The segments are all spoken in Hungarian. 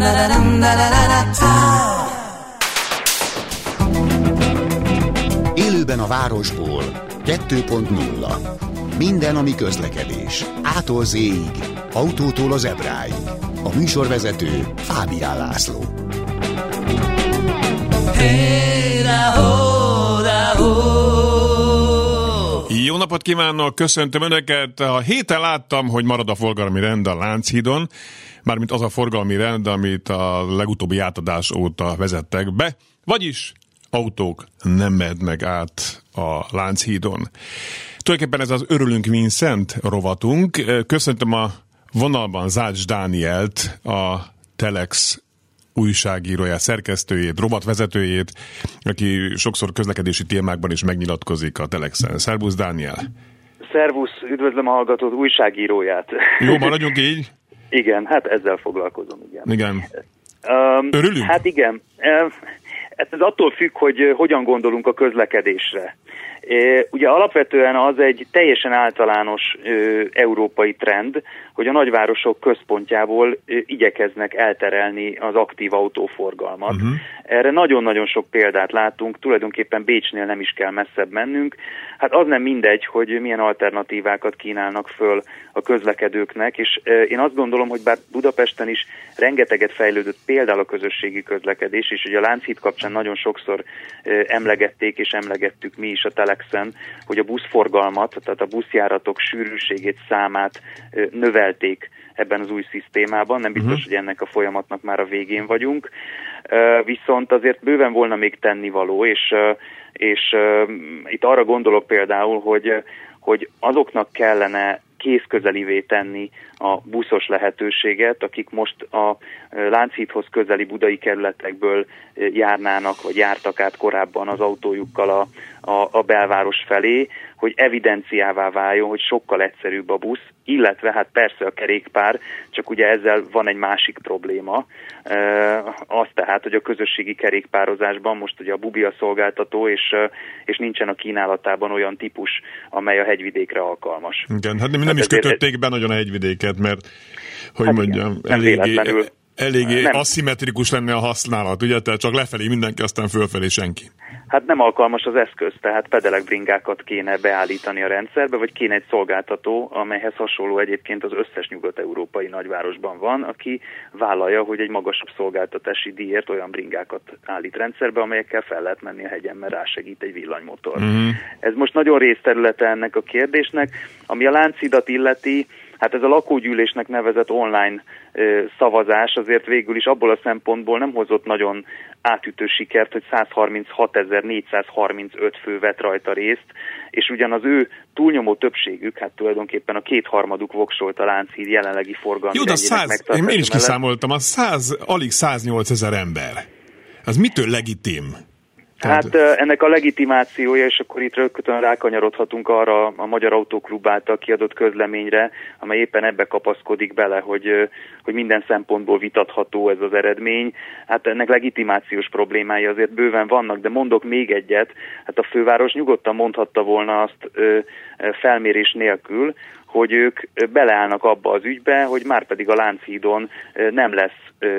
Élőben a városból 2.0. Minden, ami közlekedés. A-tól Z-ig, autótól az ebráig. A műsorvezető Fábián László. Jó napot kívánok, köszöntöm Önöket. A héten láttam, hogy marad a forgalmi rend a Lánchídon, mármint az a forgalmi rend, amit a legutóbbi átadás óta vezettek be, vagyis autók nem mehetnek át a Lánchídon. Tulajdonképpen ez az Örülünk Vincent rovatunk. Köszöntöm a vonalban Zács Dánielt, a Telex újságíróját, szerkesztőjét, rovatvezetőjét, aki sokszor közlekedési témákban is megnyilatkozik a Telexen. Szervusz, Dániel! Szervusz, üdvözlöm a hallgatót, újságíróját. Jó, maradjunk így? Igen, hát ezzel foglalkozom, igen. Igen. Örülünk? Hát igen. Ez attól függ, hogy hogyan gondolunk a közlekedésre. Ugye alapvetően az egy teljesen általános európai trend, hogy a nagyvárosok központjából igyekeznek elterelni az aktív autóforgalmat. Erre nagyon-nagyon sok példát látunk, tulajdonképpen Bécsnél nem is kell messzebb mennünk. Hát az nem mindegy, hogy milyen alternatívákat kínálnak föl a közlekedőknek, és én azt gondolom, hogy bár Budapesten is rengeteget fejlődött például a közösségi közlekedés, és ugye a Lánchíd kapcsán nagyon sokszor emlegették és emlegettük mi is a Telexen, hogy a buszforgalmat, tehát a buszjáratok sűrűségét, számát növelték ebben az új szisztémában. Nem biztos, hogy ennek a folyamatnak már a végén vagyunk. Viszont azért bőven volna még tennivaló, és itt arra gondolok például, hogy azoknak kellene kézközelivé tenni a buszos lehetőséget, akik most a Lánchídhoz közeli budai kerületekből járnának, vagy jártak át korábban az autójukkal a belváros felé, hogy evidenciává váljon, hogy sokkal egyszerűbb a busz, illetve hát persze a kerékpár, csak ugye ezzel van egy másik probléma, az tehát, hogy a közösségi kerékpározásban most ugye a Bubi a szolgáltató, és nincsen a kínálatában olyan típus, amely a hegyvidékre alkalmas. Igen, hát nem is kötötték be nagyon a hegyvidéket, mert hogy hát mondjam, eléggé aszimmetrikus lenne a használat, ugye? Tehát csak lefelé mindenki, aztán fölfelé senki. Hát nem alkalmas az eszköz, tehát pedelekbringákat kéne beállítani a rendszerbe, vagy kéne egy szolgáltató, amelyhez hasonló egyébként az összes nyugat-európai nagyvárosban van, aki vállalja, hogy egy magasabb szolgáltatási díjért olyan bringákat állít rendszerbe, amelyekkel fel lehet menni a hegyen, mert rásegít egy villanymotor. Ez most nagyon részterülete ennek a kérdésnek, ami a Lánchidat illeti. Hát ez a lakógyűlésnek nevezett online szavazás azért végül is abból a szempontból nem hozott nagyon átütő sikert, hogy 136.435 fő vett rajta részt, és ugyan az ő túlnyomó többségük, hát tulajdonképpen a kétharmaduk voksolt a Lánchíd jelenlegi forgalmi rendjének megtartása. Én is kiszámoltam, alig 108 000 ember. Az mitől legitim? Hát ennek a legitimációja, és akkor itt rögtön rákanyarodhatunk arra a Magyar Autóklub által kiadott közleményre, amely éppen ebbe kapaszkodik bele, hogy minden szempontból vitatható ez az eredmény. Hát ennek legitimációs problémái azért bőven vannak, de mondok még egyet, hát a főváros nyugodtan mondhatta volna azt felmérés nélkül, hogy ők beleállnak abba az ügybe, hogy márpedig a Lánchídon nem lesz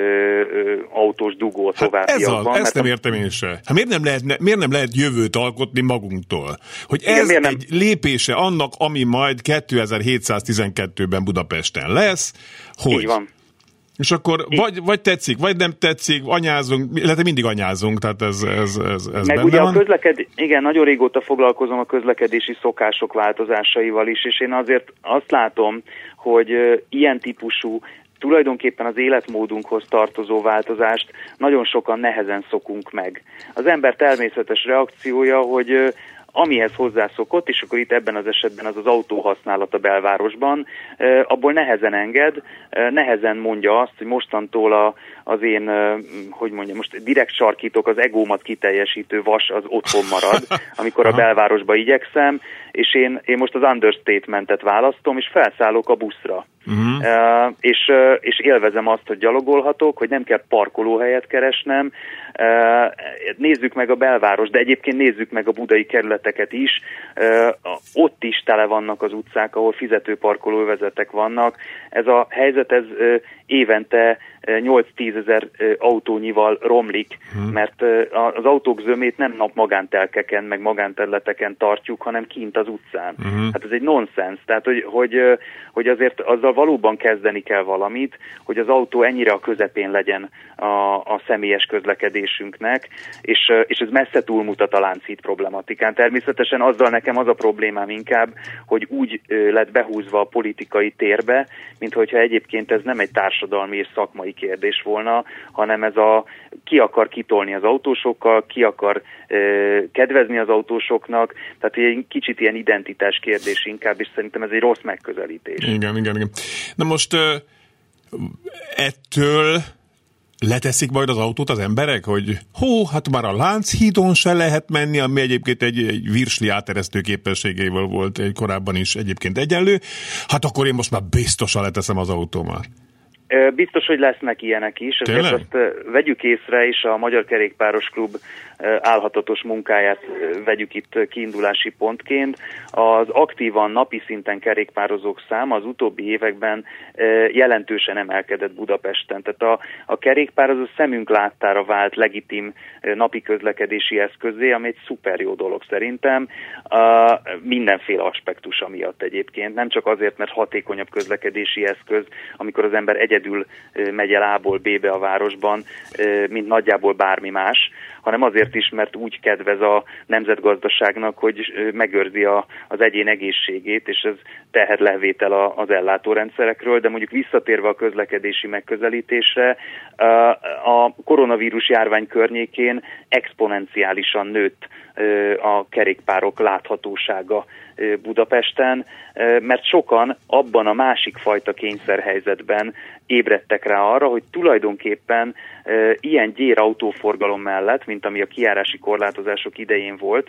autós dugó továbbiakban. Ezt nem értem én se. Hát miért nem lehet jövőt alkotni magunktól? Hogy ez egy lépése annak, ami majd 2712-ben Budapesten lesz, hogy... Így van. És akkor vagy tetszik, vagy nem tetszik, anyázunk, illetve mindig anyázunk, tehát ez meg benne ugye van. Igen, nagyon régóta foglalkozom a közlekedési szokások változásaival is, és én azért azt látom, hogy ilyen típusú, tulajdonképpen az életmódunkhoz tartozó változást nagyon sokan nehezen szokunk meg. Az ember természetes reakciója, hogy amihez hozzászokott, és akkor itt ebben az esetben az autóhasználat a belvárosban, abból nehezen enged, nehezen mondja azt, hogy mostantól az én, most direkt sarkítok, az egómat kiteljesítő vas az otthon marad, amikor a belvárosba igyekszem, és én most az understatementet választom, és felszállok a buszra. És élvezem azt, hogy gyalogolhatok, hogy nem kell parkolóhelyet keresnem. Nézzük meg a belváros, de egyébként nézzük meg a budai kerületeket is. Ott is tele vannak az utcák, ahol fizető parkolóvezetek vannak. Ez a helyzet, ez évente 8-10 ezer autónyival romlik, mert az autók zömét nem magántelkeken, meg magánterületeken tartjuk, hanem kint az utcán. Hát ez egy nonsens. Tehát, hogy azért azzal valóban kezdeni kell valamit, hogy az autó ennyire a közepén legyen a személyes közlekedésünknek, és ez messze túlmutat a Lánchíd problematikán. Természetesen azzal nekem az a problémám inkább, hogy úgy lett behúzva a politikai térbe, mint hogyha egyébként ez nem egy társadalmi és szakmai kérdés volna, hanem ez ki akar kitolni az autósokkal, ki akar kedvezni az autósoknak, tehát egy kicsit ilyen identitás kérdés inkább, és szerintem ez egy rossz megközelítés. Igen. Na most ettől leteszik majd az autót az emberek, hogy hát már a Lánchídon se lehet menni, ami egyébként egy virsli áteresztő képességével volt korábban is egyébként egyenlő, hát akkor én most már biztosan leteszem az autómat. Biztos, hogy lesznek ilyenek is, ezért azt vegyük észre, és a Magyar Kerékpáros Klub álhatatos munkáját vegyük itt kiindulási pontként. Az aktívan napi szinten kerékpározók száma az utóbbi években jelentősen emelkedett Budapesten. Tehát a kerékpár az a szemünk láttára vált legitim napi közlekedési eszközé, ami egy szuper jó dolog szerintem, mindenféle aspektusa miatt egyébként. Nem csak azért, mert hatékonyabb közlekedési eszköz, amikor az ember egyedül megy el A-ból B-be a városban, mint nagyjából bármi más, hanem azért is, mert úgy kedvez a nemzetgazdaságnak, hogy megőrzi az egyén egészségét, és ez terhedlehvétel az ellátórendszerekről, de mondjuk visszatérve a közlekedési megközelítésre, a koronavírus járvány környékén exponenciálisan nőtt a kerékpárok láthatósága Budapesten, mert sokan abban a másik fajta kényszerhelyzetben ébredtek rá arra, hogy tulajdonképpen ilyen gyér autóforgalom mellett, mint ami a kijárási korlátozások idején volt,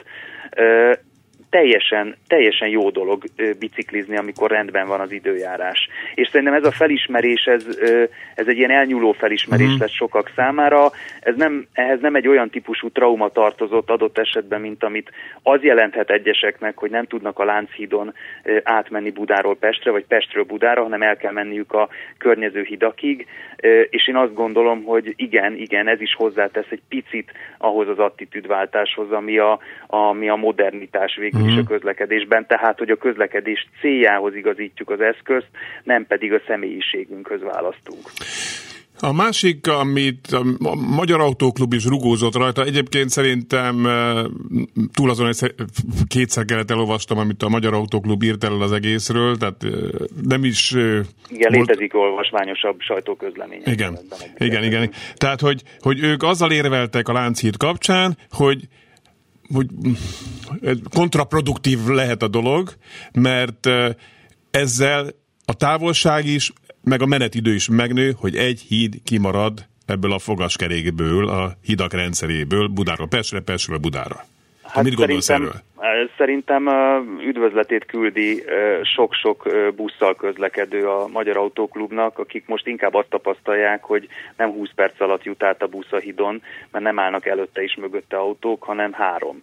teljesen jó dolog biciklizni, amikor rendben van az időjárás. És szerintem ez a felismerés, ez egy ilyen elnyúló felismerés lesz sokak számára. Ehhez nem egy olyan típusú trauma tartozott adott esetben, mint amit az jelenthet egyeseknek, hogy nem tudnak a Lánchídon átmenni Budáról Pestre, vagy Pestről Budára, hanem el kell menniük a környező hidakig. És én azt gondolom, hogy igen, ez is hozzátesz egy picit ahhoz az attitűdváltáshoz, ami a modernitás végül is a közlekedésben, tehát, hogy a közlekedés céljához igazítjuk az eszközt, nem pedig a személyiségünkhöz választunk. A másik, amit a Magyar Autóklub is rugózott rajta, egyébként szerintem túl azon, hogy kétszer kellett elolvastam, amit a Magyar Autóklub írt el az egészről, tehát nem is... Igen, létezik olvasmányosabb sajtóközlemény. Igen. Tehát, hogy ők azzal érveltek a Lánchíd kapcsán, hogy kontraproduktív lehet a dolog, mert ezzel a távolság is, meg a menetidő is megnő, hogy egy híd kimarad ebből a fogaskerékből, a hidak rendszeréből, Budáról Pestre, Pestről Budára. Hát mit gondolsz erről? Szerintem üdvözletét küldi sok-sok busszal közlekedő a Magyar Autóklubnak, akik most inkább azt tapasztalják, hogy nem 20 perc alatt jut át a busz a hídon, mert nem állnak előtte és mögötte autók, hanem 3.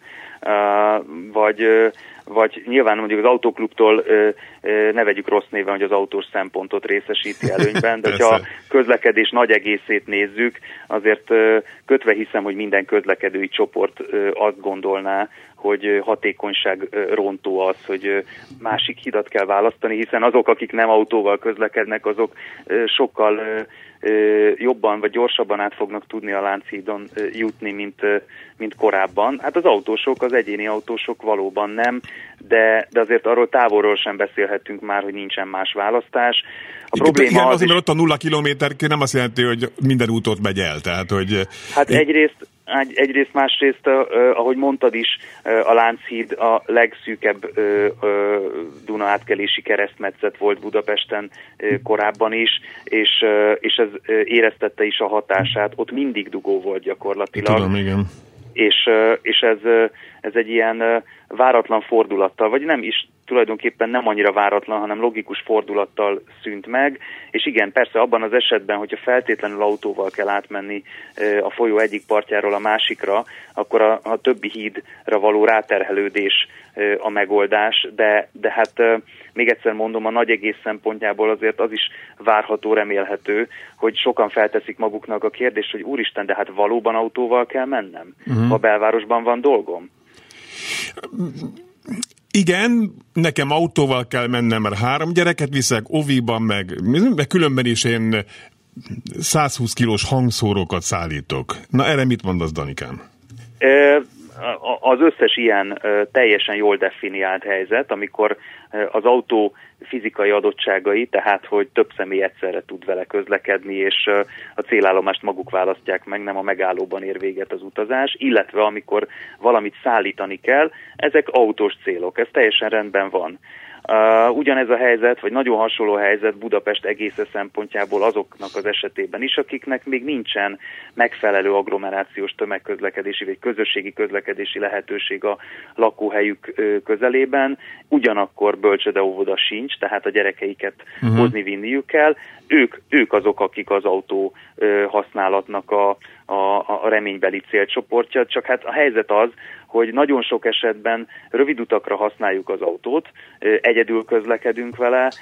Vagy nyilván mondjuk az autóklubtól ne vegyük rossz néven, hogy az autós szempontot részesíti előnyben, de ha a közlekedés nagy egészét nézzük, azért kötve hiszem, hogy minden közlekedői csoport azt gondolná, hogy hatékonyság rontó az, hogy másik hidat kell választani, hiszen azok, akik nem autóval közlekednek, azok sokkal jobban vagy gyorsabban át fognak tudni a Lánchídon jutni, mint korábban. Hát az autósok, az egyéni autósok valóban nem, de azért arról távolról sem beszélhetünk már, hogy nincsen más választás. A probléma azért, mert ott a 0 kilométer nem azt jelenti, hogy minden útot megy el. Tehát, hogy... Hát egyrészt, másrészt, ahogy mondtad is, a Lánchíd a legszűkebb Duna átkelési keresztmetszet volt Budapesten korábban is, és ez éreztette is a hatását. Ott mindig dugó volt gyakorlatilag. Tudom, igen. És ez egy ilyen váratlan fordulattal, vagy nem is tulajdonképpen nem annyira váratlan, hanem logikus fordulattal szűnt meg, és igen, persze abban az esetben, hogyha feltétlenül autóval kell átmenni a folyó egyik partjáról a másikra, akkor a többi hídra való ráterhelődés a megoldás, de hát még egyszer mondom, a nagy egész szempontjából azért az is várható, remélhető, hogy sokan felteszik maguknak a kérdést, hogy úristen, de hát valóban autóval kell mennem, ha belvárosban van dolgom. Igen, nekem autóval kell mennem, mert 3 gyereket viszek, oviban, meg különben is én 120 kilós hangszórókat szállítok. Na erre mit mondasz, Danikám? Az összes ilyen teljesen jól definiált helyzet, amikor az autó fizikai adottságai, tehát hogy több személy egyszerre tud vele közlekedni, és a célállomást maguk választják meg, nem a megállóban ér véget az utazás, illetve amikor valamit szállítani kell, ezek autós célok, ez teljesen rendben van. Ugyanez a helyzet, vagy nagyon hasonló helyzet Budapest egész szempontjából azoknak az esetében is, akiknek még nincsen megfelelő agglomerációs tömegközlekedési vagy közösségi közlekedési lehetőség a lakóhelyük közelében, ugyanakkor bölcsőde-óvoda sincs, tehát a gyerekeiket hozni-vinniük kell. Ők azok, akik az autó használatnak a reménybeli célcsoportja, csak hát a helyzet az, hogy nagyon sok esetben rövid utakra használjuk az autót, egyedül közlekedünk vele,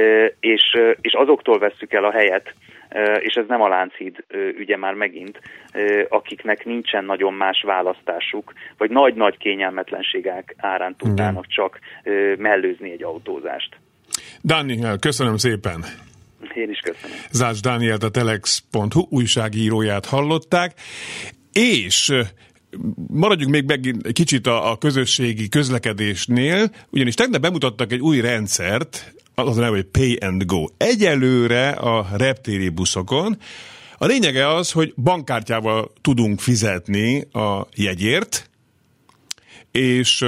és azoktól vesszük el a helyet, és ez nem a Lánchíd ügye már megint, akiknek nincsen nagyon más választásuk, vagy nagy-nagy kényelmetlenség árán tudnának csak mellőzni egy autózást. Dániel, köszönöm szépen! Én is köszönöm. Zács Dánielt, a telex.hu újságíróját hallották, és maradjunk még megint egy kicsit a közösségi közlekedésnél, ugyanis tegnap bemutattak egy új rendszert, az a neve, hogy Pay and Go. Egyelőre a reptéri buszokon. A lényege az, hogy bankkártyával tudunk fizetni a jegyért, és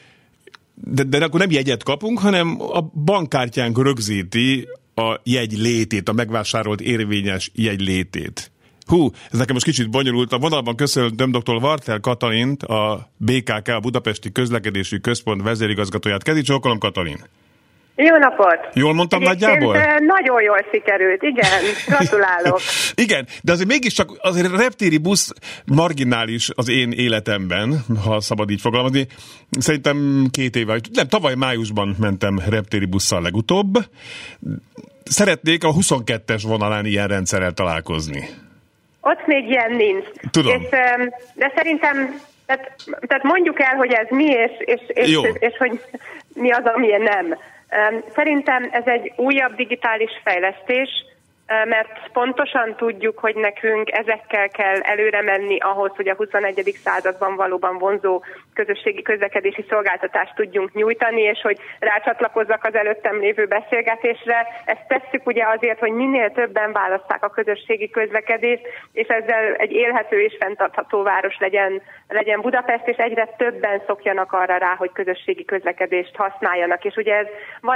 de akkor nem jegyet kapunk, hanem a bankkártyánk rögzíti a jegy létét, a megvásárolt érvényes jegy létét. Ez nekem most kicsit bonyolult. A vonalban köszöntöm dr. Warther Katalint, a BKK, a Budapesti Közlekedési Központ vezérigazgatóját. Kezi csókolom, Katalin! Jó napot! Jól mondtam nagyjából? Nagyon jól sikerült, igen, gratulálok. Igen, de azért mégiscsak azért a reptéri busz marginális az én életemben, ha szabad így fogalmazni. Szerintem 2 éve, nem, tavaly májusban mentem reptéri busszal legutóbb. Szeretnék a 22-es vonalán ilyen rendszerrel találkozni. Ott még ilyen nincs. Tudom. De szerintem, tehát mondjuk el, hogy ez mi, és hogy mi az, amilyen nem. Szerintem ez egy újabb digitális fejlesztés, mert pontosan tudjuk, hogy nekünk ezekkel kell előre menni ahhoz, hogy a 21. században valóban vonzó közösségi közlekedési szolgáltatást tudjunk nyújtani, és hogy rácsatlakozzak az előttem lévő beszélgetésre. Ezt tesszük ugye azért, hogy minél többen választák a közösségi közlekedést, és ezzel egy élhető és fenntartható város legyen Budapest, és egyre többen szokjanak arra rá, hogy közösségi közlekedést használjanak. És ugye ez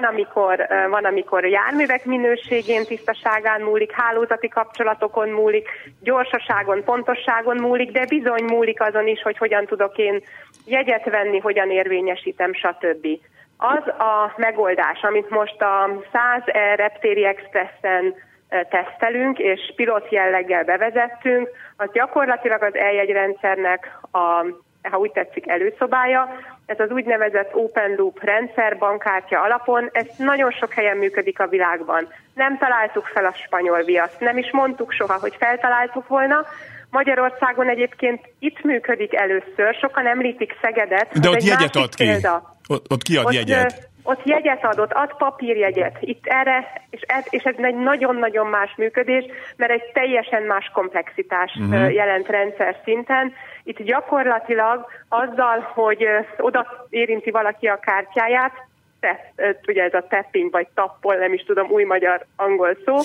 van, amikor járművek minőségén, tisztaságán múlik, hálózati kapcsolatokon múlik, gyorsaságon, pontosságon múlik, de bizony múlik azon is, hogy hogyan tudok én jegyet venni, hogyan érvényesítem, stb. Az a megoldás, amit most a 100 reptéri expressen tesztelünk, és pilot jelleggel bevezettünk, az gyakorlatilag az eljegyrendszernek ha úgy tetszik, előszobája. Ez az úgynevezett open loop rendszer bankkártya alapon, ez nagyon sok helyen működik a világban. Nem találtuk fel a spanyol viaszt, nem is mondtuk soha, hogy feltaláltuk volna. Magyarországon egyébként itt működik először, sokan említik Szegedet. De ott jegyet ad ki. Ott kiad jegyet. Ott jegyet ad papírjegyet. Itt erre, és ez egy nagyon-nagyon más működés, mert egy teljesen más komplexitást jelent rendszer szinten. Itt gyakorlatilag azzal, hogy oda érinti valaki a kártyáját, ugye ez a tapping vagy tappol, nem is tudom, új magyar-angol szó,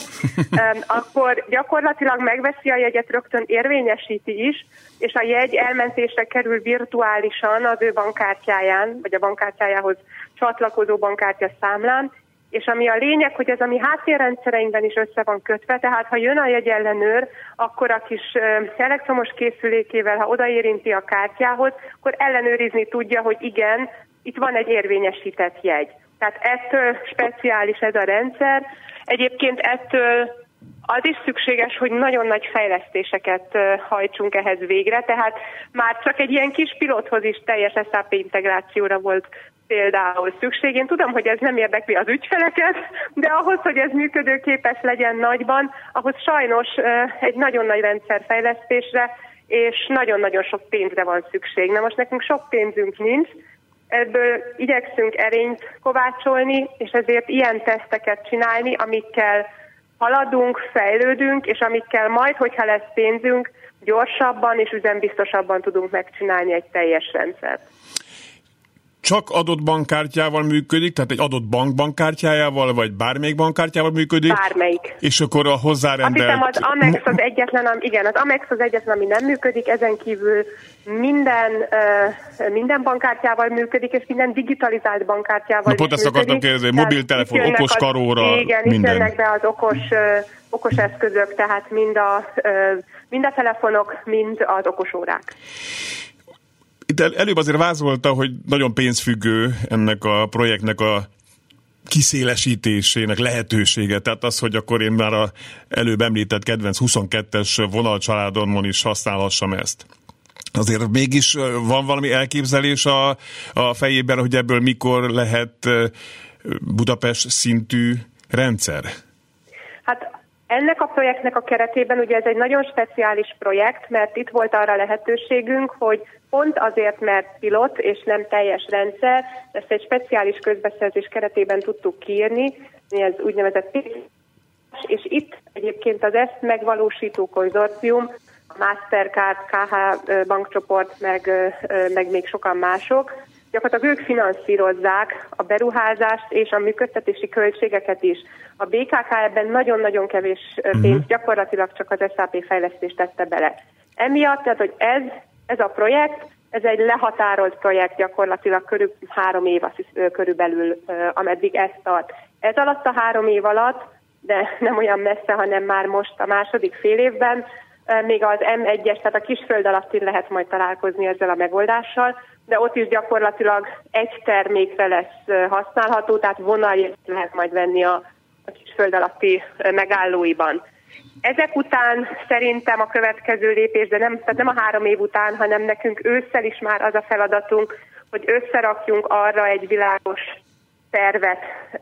akkor gyakorlatilag megveszi a jegyet, rögtön érvényesíti is, és a jegy elmentésre kerül virtuálisan az ő bankkártyáján, vagy a bankkártyájához csatlakozó bankkártya számlán, és ami a lényeg, hogy ez a mi háttérrendszereinkben is össze van kötve, tehát ha jön a jegyellenőr, akkor a kis elektromos készülékével, ha odaérinti a kártyához, akkor ellenőrizni tudja, hogy igen, itt van egy érvényesített jegy. Tehát ettől speciális ez a rendszer. Egyébként ettől az is szükséges, hogy nagyon nagy fejlesztéseket hajtsunk ehhez végre, tehát már csak egy ilyen kis pilothoz is teljes SAP integrációra volt például szükség. Én tudom, hogy ez nem érdekli az ügyfeleket, de ahhoz, hogy ez működőképes legyen nagyban, ahhoz sajnos egy nagyon nagy rendszerfejlesztésre és nagyon-nagyon sok pénzre van szükség. Na most nekünk sok pénzünk nincs, ebből igyekszünk erényt kovácsolni, és ezért ilyen teszteket csinálni, amikkel haladunk, fejlődünk, és amikkel majd, hogyha lesz pénzünk, gyorsabban és üzembiztosabban tudunk megcsinálni egy teljes rendszert. Csak adott bankkártyával működik, tehát egy adott bank bankkártyájával, vagy bármelyik bankkártyával működik? Bármelyik. És akkor a hozzárendelt... Azt hiszem, az Amex az egyetlen, az Amex az egyetlen, ami nem működik, ezen kívül minden bankkártyával működik, és minden digitalizált bankkártyával pont ezt akartam kérdezni, mobiltelefon, okos karóra, igen, minden. Igen, be az okos eszközök, tehát mind a telefonok, mind az okosórák. Itt előbb azért vázolta, hogy nagyon pénzfüggő ennek a projektnek a kiszélesítésének lehetősége. Tehát az, hogy akkor én már előbb említett kedvenc 22-es vonalcsaládomon is használhassam ezt. Azért mégis van valami elképzelés a fejében, hogy ebből mikor lehet Budapest szintű rendszer? Hát ennek a projektnek a keretében ugye ez egy nagyon speciális projekt, mert itt volt arra lehetőségünk, hogy pont azért, mert pilot és nem teljes rendszer, ezt egy speciális közbeszerzés keretében tudtuk kiírni, ez úgynevezett és itt egyébként az ezt megvalósító konzorcium, a Mastercard, KH bankcsoport, meg még sokan mások, gyakorlatilag ők finanszírozzák a beruházást és a működtetési költségeket is. A BKK ebben nagyon-nagyon kevés pénzt, gyakorlatilag csak az SAP fejlesztést tette bele. Emiatt, tehát, hogy ez a projekt, ez egy lehatárolt projekt gyakorlatilag 3 év körülbelül, ameddig ez tart. Ez alatt a 3 év alatt, de nem olyan messze, hanem már most a második fél évben, még az M1-es, tehát a kisföld alattin lehet majd találkozni ezzel a megoldással, de ott is gyakorlatilag egy termékre lesz használható, tehát vonaljegyet lehet majd venni a kisföld alatti megállóiban. Ezek után szerintem a következő lépés, de tehát nem a 3 év után, hanem nekünk ősszel is már az a feladatunk, hogy összerakjunk arra egy világos tervet,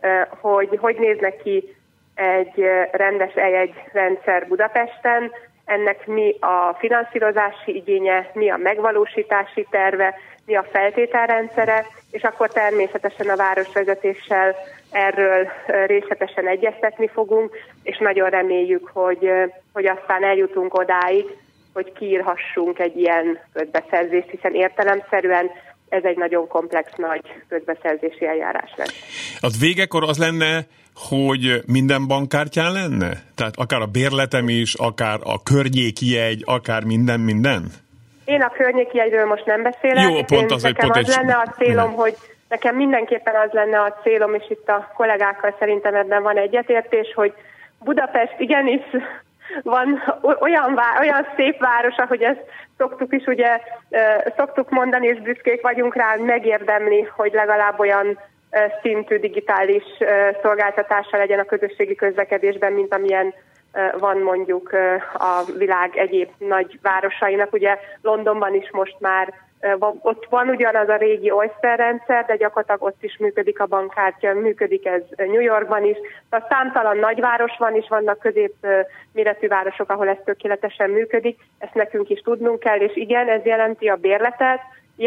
hogy néznek ki egy rendes e-jegyrendszer Budapesten, ennek mi a finanszírozási igénye, mi a megvalósítási terve, mi a feltételrendszere, és akkor természetesen a városvezetéssel erről részletesen egyeztetni fogunk, és nagyon reméljük, hogy aztán eljutunk odáig, hogy kiírhassunk egy ilyen közbeszerzést, hiszen értelemszerűen ez egy nagyon komplex, nagy közbeszerzési eljárás lesz. Az végekor az lenne, hogy minden bankkártyán lenne? Tehát akár a bérletem is, akár a környéki jegy, akár minden? Én a környéki jegyről most nem beszélek. Jó, pont az, nekem az lenne a célom, hogy nekem mindenképpen az lenne a célom, és itt a kollégákkal szerintem ebben van egyetértés, hogy Budapest igenis van olyan szép város, ahogy ezt szoktuk is, ugye szoktuk mondani, és büszkék vagyunk rá, megérdemli, hogy legalább olyan szintű digitális szolgáltatása legyen a közösségi közlekedésben, mint amilyen van mondjuk a világ egyéb nagy városainak. Ugye Londonban is most már ott van ugyanaz a régi Oyster rendszer, de gyakorlatilag ott is működik a bankkártya, működik ez New Yorkban is. Tehát számtalan nagyváros van, és vannak középméretű városok, ahol ez tökéletesen működik. Ezt nekünk is tudnunk kell, és igen, ez jelenti a bérletet,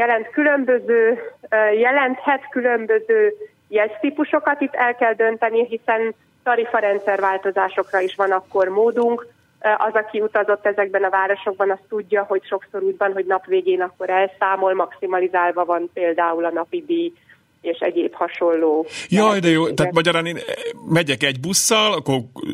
jelenthet különböző jegytípusokat, itt el kell dönteni, hiszen tarifarendszer változásokra is van akkor módunk. Az, aki utazott ezekben a városokban, az tudja, hogy sokszor úgy van, hogy nap végén akkor elszámol, maximalizálva van például a napi díj és egyéb hasonló. Jaj, de jó, tehát magyarán én megyek egy busszal, akkor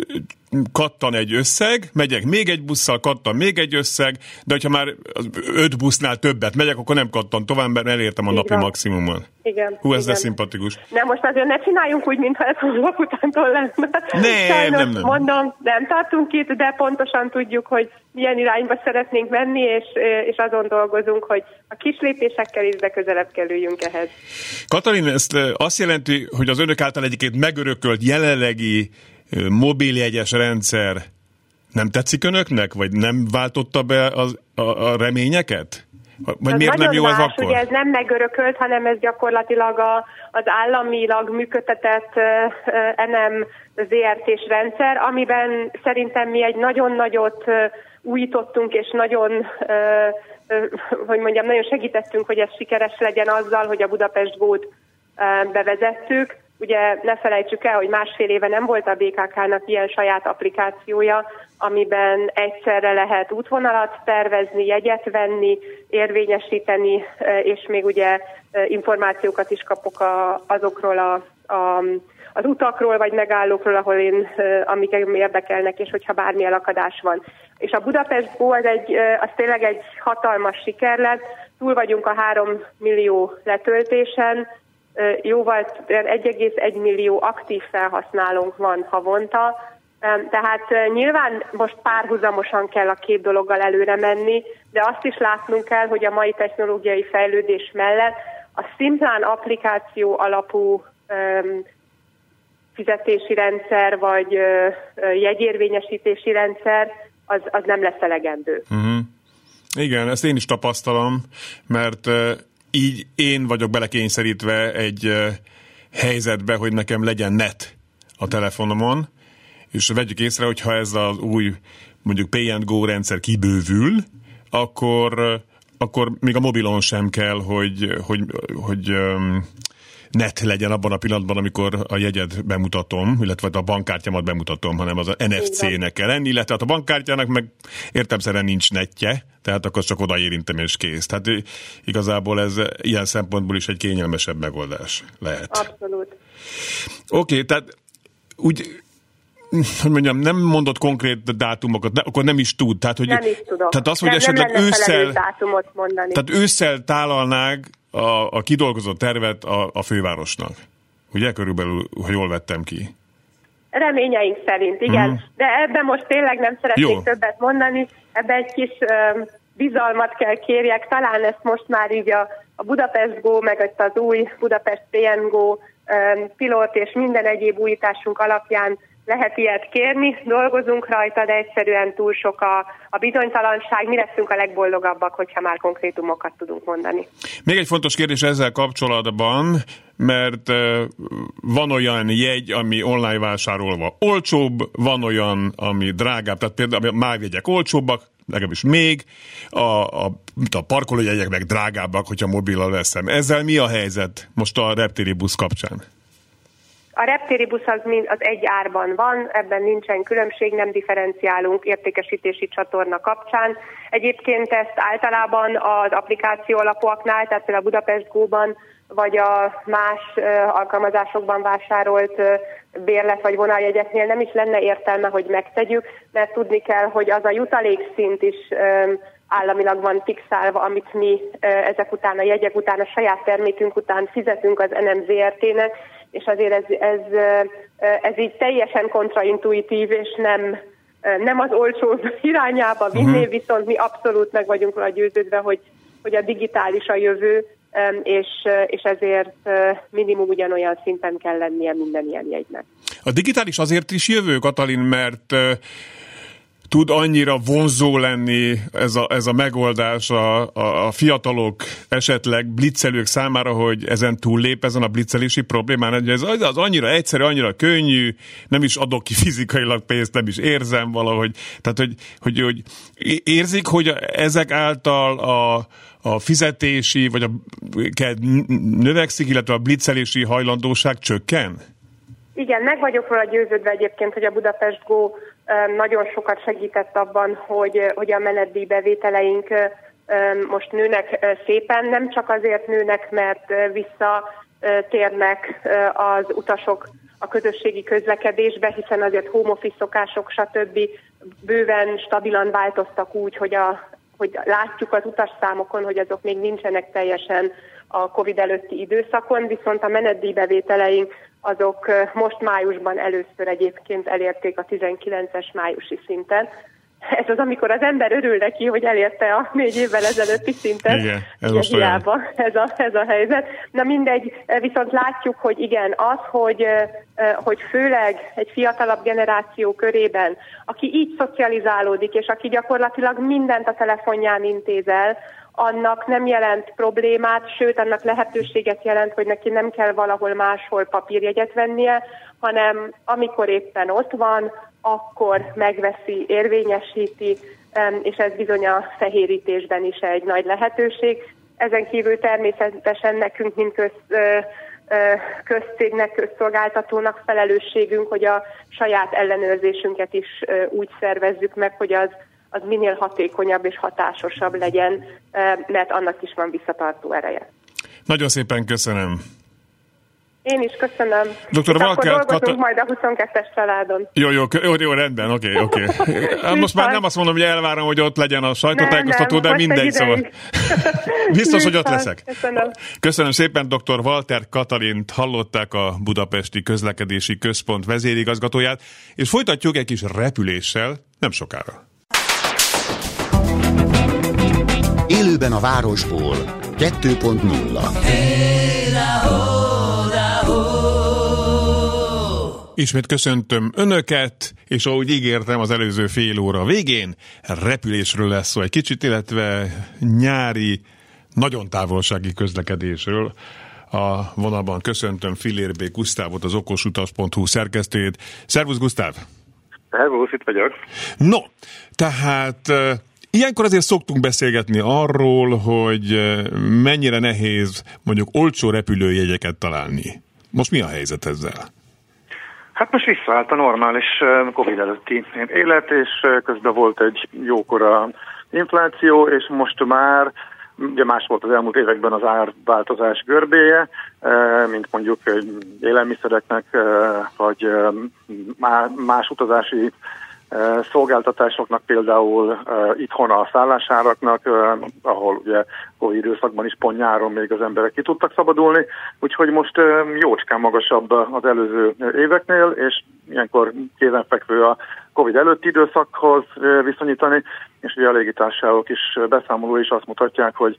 kattan egy összeg, megyek még egy busszal, kattan még egy összeg, de hogyha már 5 busznál többet megyek, akkor nem kattan tovább, mert elértem a napi maximumon. Igen. Hú, ez lesz szimpatikus. De most azért ne csináljunk úgy, mintha ez a lakutántól lenne. Nem. Mondom, nem tartunk itt, de pontosan tudjuk, hogy milyen irányba szeretnénk menni, és azon dolgozunk, hogy a kis lépésekkel is de közelebb kerüljünk ehhez. Katalin, ezt azt jelenti, hogy az önök által egyébként megörökölt jelenlegi mobiljegyes rendszer nem tetszik önöknek? Vagy nem váltotta be a reményeket? Vagy miért nem jó ez akkor? Ugye ez nem megörökölt, hanem ez gyakorlatilag az államilag működtetett NM ZRT-s rendszer, amiben szerintem mi egy nagyon nagyot újítottunk, és nagyon, nagyon segítettünk, hogy ez sikeres legyen azzal, hogy a Budapest Go-t bevezettük. Ugye ne felejtsük el, hogy 1,5 éve nem volt a BKK-nak ilyen saját applikációja, amiben egyszerre lehet útvonalat tervezni, jegyet venni, érvényesíteni, és még ugye információkat is kapok azokról az utakról vagy megállókról, amik érdekelnek, és hogyha bármilyen akadás van. És a Budapest Go az tényleg egy hatalmas siker lett, túl vagyunk a 3 millió letöltésen, jóval 1,1 millió aktív felhasználónk van havonta, tehát nyilván most párhuzamosan kell a két dologgal előre menni, de azt is látnunk kell, hogy a mai technológiai fejlődés mellett a szimplán applikáció alapú fizetési rendszer vagy jegyérvényesítési rendszer az nem lesz elegendő. Uh-huh. Igen, ezt én is tapasztalom, mert így én vagyok belekényszerítve egy helyzetbe, hogy nekem legyen net a telefonomon, és vegyük észre, hogy ha ez az új, mondjuk Pay and Go rendszer kibővül, akkor még a mobilon sem kell, hogy net legyen abban a pillanatban, amikor a jegyet bemutatom, illetve a bankkártyámat bemutatom, hanem az a NFC-nek kell lenni, illetve a bankkártyának meg értelemszerűen nincs netje, tehát akkor csak oda érintem és kész. Tehát igazából ez ilyen szempontból is egy kényelmesebb megoldás lehet. Abszolút. Oké, tehát úgy, hogy mondjam, nem mondott konkrét dátumokat, akkor nem is tud. Tehát, hogy, nem is tudom. Tehát az, hogy esetleg ősszel tálalnák a kidolgozott tervet a fővárosnak. Ugye körülbelül, ha jól vettem ki. Reményeink szerint, igen. De ebben most tényleg nem szeretnék többet mondani. Ebben egy kis bizalmat kell kérjek. Talán ezt most már így a Budapest Go, meg az új Budapest Pay and Go pilot és minden egyéb újításunk alapján lehet ilyet kérni, dolgozunk rajta, de egyszerűen túl sok a bizonytalanság. Mi leszünk a legboldogabbak, hogyha már konkrétumokat tudunk mondani. Még egy fontos kérdés ezzel kapcsolatban, mert van olyan jegy, ami online vásárolva olcsóbb, van olyan, ami drágább, tehát például a mávjegyek olcsóbbak, legalábbis még, a parkolójegyek meg drágábbak, hogyha mobillal veszem. Ezzel mi a helyzet most a reptéri busz kapcsán? A reptéri busz az egy árban van, ebben nincsen különbség, nem differenciálunk értékesítési csatorna kapcsán. Egyébként ezt általában az applikáció alapúaknál, tehát például a Budapest Go-ban, vagy a más alkalmazásokban vásárolt bérlet vagy vonaljegyeknél nem is lenne értelme, hogy megtegyük, mert tudni kell, hogy az a jutalékszint is államilag van fixálva, amit mi ezek után a jegyek után, a saját termékünk után fizetünk az NM ZRT-nek, és azért ez így teljesen kontraintuitív, és nem az olcsó irányába vinné, viszont mi abszolút meg vagyunk róla győződve, hogy a digitális a jövő, és ezért minimum ugyanolyan szinten kell lennie minden ilyen jegynek. A digitális azért is jövő, Katalin, mert tud annyira vonzó lenni ez a megoldás a fiatalok, esetleg blitzelők számára, hogy ezen túllép ezen a blitzelési problémán. Ez az annyira egyszerű, annyira könnyű, nem is adok ki fizikailag pénzt, nem is érzem valahogy. Tehát, hogy érzik, hogy ezek által a fizetési, vagy növekszik, illetve a blitzelési hajlandóság csökken? Igen, meg vagyok róla győződve egyébként, hogy a Budapest Go nagyon sokat segített abban, hogy a menetdíj bevételeink most nőnek szépen, nem csak azért nőnek, mert visszatérnek az utasok a közösségi közlekedésbe, hiszen azért home office szokások, stb. Bőven stabilan változtak úgy, hogy látjuk az utasszámokon, hogy azok még nincsenek teljesen a Covid előtti időszakon, viszont a menetdíjbevételeink azok most májusban először egyébként elérték a 19-es májusi szinten. Ez az, amikor az ember örül neki, hogy elérte a 4 évvel ezelőtti szintet. Igen, ez most hiába, ez a helyzet. Na mindegy, viszont látjuk, hogy igen, az, hogy főleg egy fiatalabb generáció körében, aki így szocializálódik, és aki gyakorlatilag mindent a telefonján intéz el, annak nem jelent problémát, sőt, annak lehetőséget jelent, hogy neki nem kell valahol máshol papírjegyet vennie, hanem amikor éppen ott van, akkor megveszi, érvényesíti, és ez bizony a fehérítésben is egy nagy lehetőség. Ezen kívül természetesen nekünk, mint közcégnek, közszolgáltatónak felelősségünk, hogy a saját ellenőrzésünket is úgy szervezzük meg, hogy az minél hatékonyabb és hatásosabb legyen, mert annak is van visszatartó ereje. Nagyon szépen köszönöm. Én is köszönöm. Dr. Akkor dolgozunk majd a 22-es családon. Jó, rendben, oké. Most már nem azt mondom, hogy elvárom, hogy ott legyen a sajtótájékoztató, de mindegy, szóval. Biztos, hogy ott leszek. Köszönöm szépen, dr. Walter Katalint hallották, a Budapesti Közlekedési Központ vezérigazgatóját, és folytatjuk egy kis repüléssel nem sokára. Élőben a városból 2.0. Ismét köszöntöm Önöket, és ahogy ígértem az előző fél óra végén, repülésről lesz szó egy kicsit, illetve nyári, nagyon távolsági közlekedésről. A vonalban köszöntöm Fillér B. Gusztávot, az okosutas.hu szerkesztőjét. Szervusz, Gusztáv! Szervusz, itt vagyok. No, tehát ilyenkor azért szoktunk beszélgetni arról, hogy mennyire nehéz mondjuk olcsó repülőjegyeket találni. Most mi a helyzet ezzel? Hát most visszaállt a normális Covid előtti élet, és közben volt egy jókora infláció, és most már ugye más volt az elmúlt években az árváltozás görbéje, mint mondjuk élelmiszereknek, vagy más utazási szolgáltatásoknak, például itthon a szállásáraknak, ahol ugye Covid időszakban is pont nyáron még az emberek ki tudtak szabadulni, úgyhogy most jócskán magasabb az előző éveknél, és ilyenkor kézenfekvő a Covid előtti időszakhoz viszonyítani, és ugye a légitársaságok is beszámolói is azt mutatják, hogy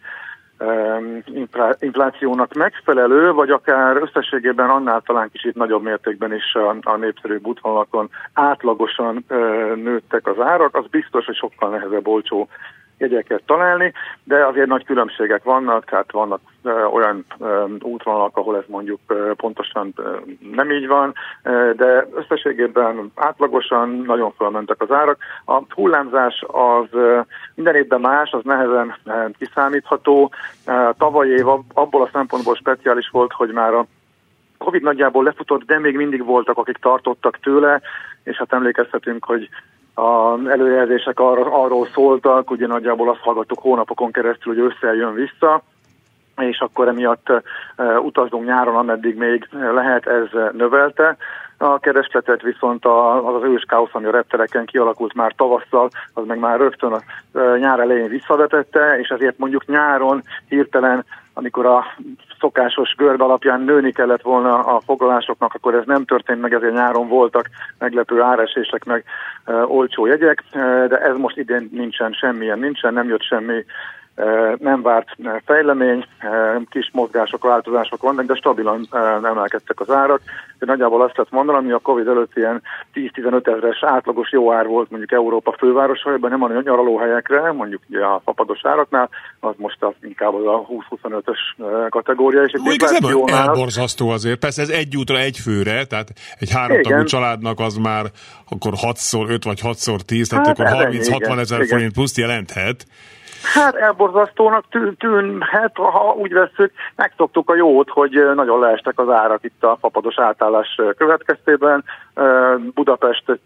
inflációnak megfelelő, vagy akár összességében annál talán kicsit nagyobb mértékben is a népszerűbb útvonalakon átlagosan nőttek az árak. Az biztos, hogy sokkal nehezebb olcsó jegyeket találni, de azért nagy különbségek vannak, tehát vannak olyan útvonalak, ahol ez mondjuk pontosan nem így van, de összességében átlagosan nagyon felmentek az árak. A hullámzás az minden évben más, az nehezen kiszámítható. Tavaly év abból a szempontból speciális volt, hogy már a Covid nagyjából lefutott, de még mindig voltak, akik tartottak tőle, és hát emlékezhetünk, hogy az előjelzések arról szóltak, ugye nagyjából azt hallgattuk hónapokon keresztül, hogy ősszel jön vissza, és akkor emiatt utazzunk nyáron, ameddig még lehet, ez növelte a keresletet, viszont az ős káosz, ami a reptereken kialakult már tavasszal, az meg már rögtön a nyár elején visszavetette, és ezért mondjuk nyáron hirtelen, amikor a szokásos görbe alapján nőni kellett volna a foglalásoknak, akkor ez nem történt meg, ezért nyáron voltak meglepő áresések, meg olcsó jegyek, de ez most idén nem jött semmi nem várt fejlemény, kis mozgások, változások vannak, de stabilan emelkedtek az árak. De nagyjából azt lehet mondani, ami a Covid előtt ilyen 10-15 ezeres átlagos jó ár volt mondjuk Európa fővárosaiban, nem a nyaralóhelyekre, mondjuk ugye a fapados áraknál, az most inkább az a 20-25-ös kategória. És ez ebből elborzasztó azért. Persze ez egy útra, egy főre, tehát egy háromtagú családnak az már akkor 6x5 vagy 6x10, tehát akkor 30-60 ezer forint pluszt jelenthet. Hát elborzasztónak tűnhet, ha úgy vesszük. Megszoktuk a jót, hogy nagyon leestek az árak itt a fapados átállás következtében. Budapesten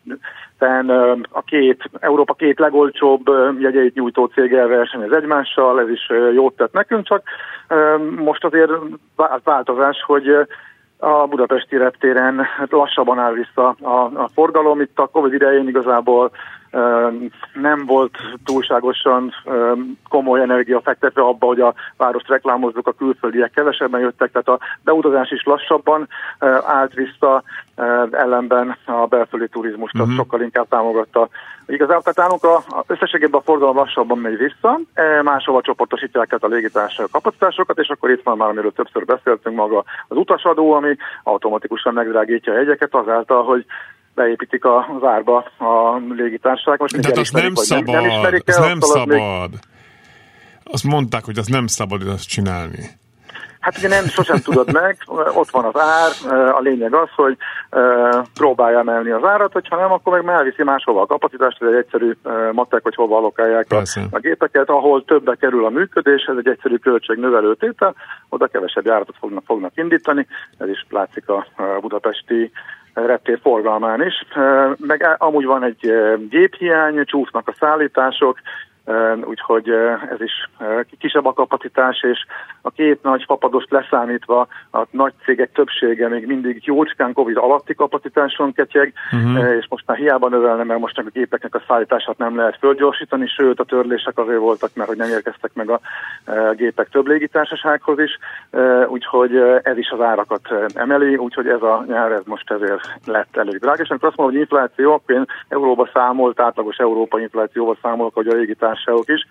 Európa két legolcsóbb jegyeit nyújtó céggel versenyez egymással, ez is jót tett nekünk, csak most azért változás, hogy A budapesti reptéren lassabban áll vissza a forgalom. Itt a Covid idején igazából nem volt túlságosan komoly energia fektetve abba, hogy a várost reklámozzuk, a külföldiek kevesebben jöttek, tehát a beutazás is lassabban állt vissza, ellenben a belföldi turizmust sokkal inkább támogatta. Igazából tehát nálunk összességében a forgalom lassabban megy vissza, máshova csoportosítják a légitársaság kapacitásokat, és akkor itt van már, amiről többször beszéltünk, maga az utasadó, ami automatikusan megdrágítja a jegyeket azáltal, hogy beépítik az árba a légitársaság. Most tehát azt nem szabad, nem ismerik el, nem szabad. Azt mondták, hogy azt nem szabad azt csinálni. Hát ugye nem, sosem tudod meg, ott van az ár, a lényeg az, hogy próbálja emelni az árat, hogyha nem, akkor meg elviszi máshova a kapacitást, ez egy egyszerű matek, hogy hova allokálják a gépeket, ahol többe kerül a működés, ez egy egyszerű költségnövelő tétel, oda kevesebb járatot fognak indítani, ez is látszik a budapesti reptér forgalmán is. Meg amúgy van egy géphiány, csúsznak a szállítások, úgyhogy ez is kisebb a kapacitás, és a két nagy fapadost leszámítva a nagy cégek többsége még mindig jócskán Covid alatti kapacitáson ketyeg, és most már hiába növelne, mert most a gépeknek a szállítását nem lehet fölgyorsítani, sőt a törlések azért voltak, mert hogy nem érkeztek meg a gépek több légitársasághoz is, úgyhogy ez is az árakat emeli, úgyhogy ez a nyár ez most ezért lett elég drága. És amikor azt mondom, hogy infláció, akkor én euróba számolt, átlagos európai inflációval számolok, hogy a légitársaságok is.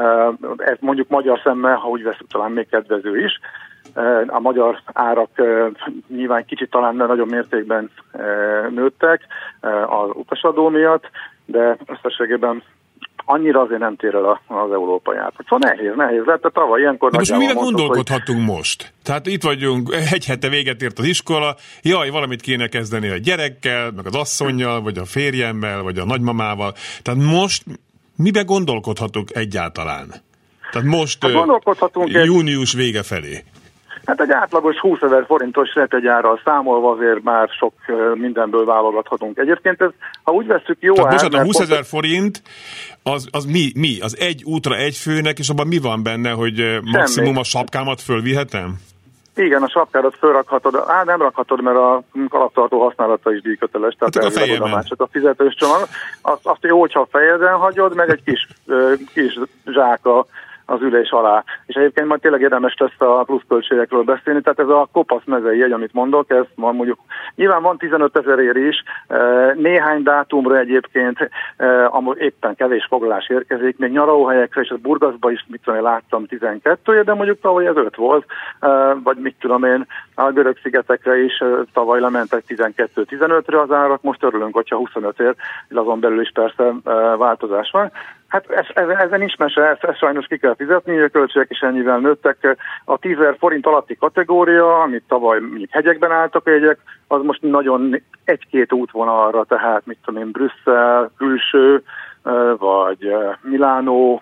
Ez mondjuk magyar szemmel, ha úgy veszünk, talán még kedvező is. A magyar árak nyilván kicsit talán nagyon mértékben nőttek az utasadó miatt, de összességében annyira azért nem tér el az európai ár. Szóval nehéz lett, de tavaly ilyenkor... De most mire gondolkodhatunk most? Tehát itt vagyunk, egy hete véget ért az iskola, valamit kéne kezdeni a gyerekkel, meg az asszonnyal, vagy a férjemmel, vagy a nagymamával. Tehát most mibe gondolkodhatunk egyáltalán? Tehát most június vége felé. Hát egy átlagos 20 000 forintos repjegyárral számolva azért már sok mindenből válogathatunk. Egyébként ez, ha úgy vesszük, jó ár... Tehát a 20 000 forint, az mi? Az egy útra egy főnek, és abban mi van benne, hogy maximum a sapkámat fölvihetem? Igen, a sapkárat fölrakhatod, nem rakhatod, mert a kalaptartó használata is díjköteles, tehát elvileg már csak a fizetős csomag. Azt jó, hogyha a fejeden hagyod, meg egy kis zsák az ülés alá. És egyébként majd tényleg érdemes lesz a pluszköltségekről beszélni, tehát ez a kopasz mezei jegy, amit mondok, ez van mondjuk, nyilván van 15 000 ér is, néhány dátumra egyébként, amúgy éppen kevés foglalás érkezik, még nyaralóhelyekre, és a Burgaszba is, mit tudom én, láttam 12, de mondjuk tavaly ez 5 volt, vagy mit tudom én, a Görög-szigetekre is tavaly lementek 12-15-re az árak, most örülünk, hogyha 25 ér, azon belül is persze változás van. Hát ezen nincs mese, ezt sajnos ki kell fizetni, a költségek is ennyivel nőttek. A 10 000 forint alatti kategória, amit tavaly mondjuk hegyekben álltak a jegyek, az most nagyon egy-két útvonalra, tehát mit tudom én, Brüsszel, külső, vagy Milánó,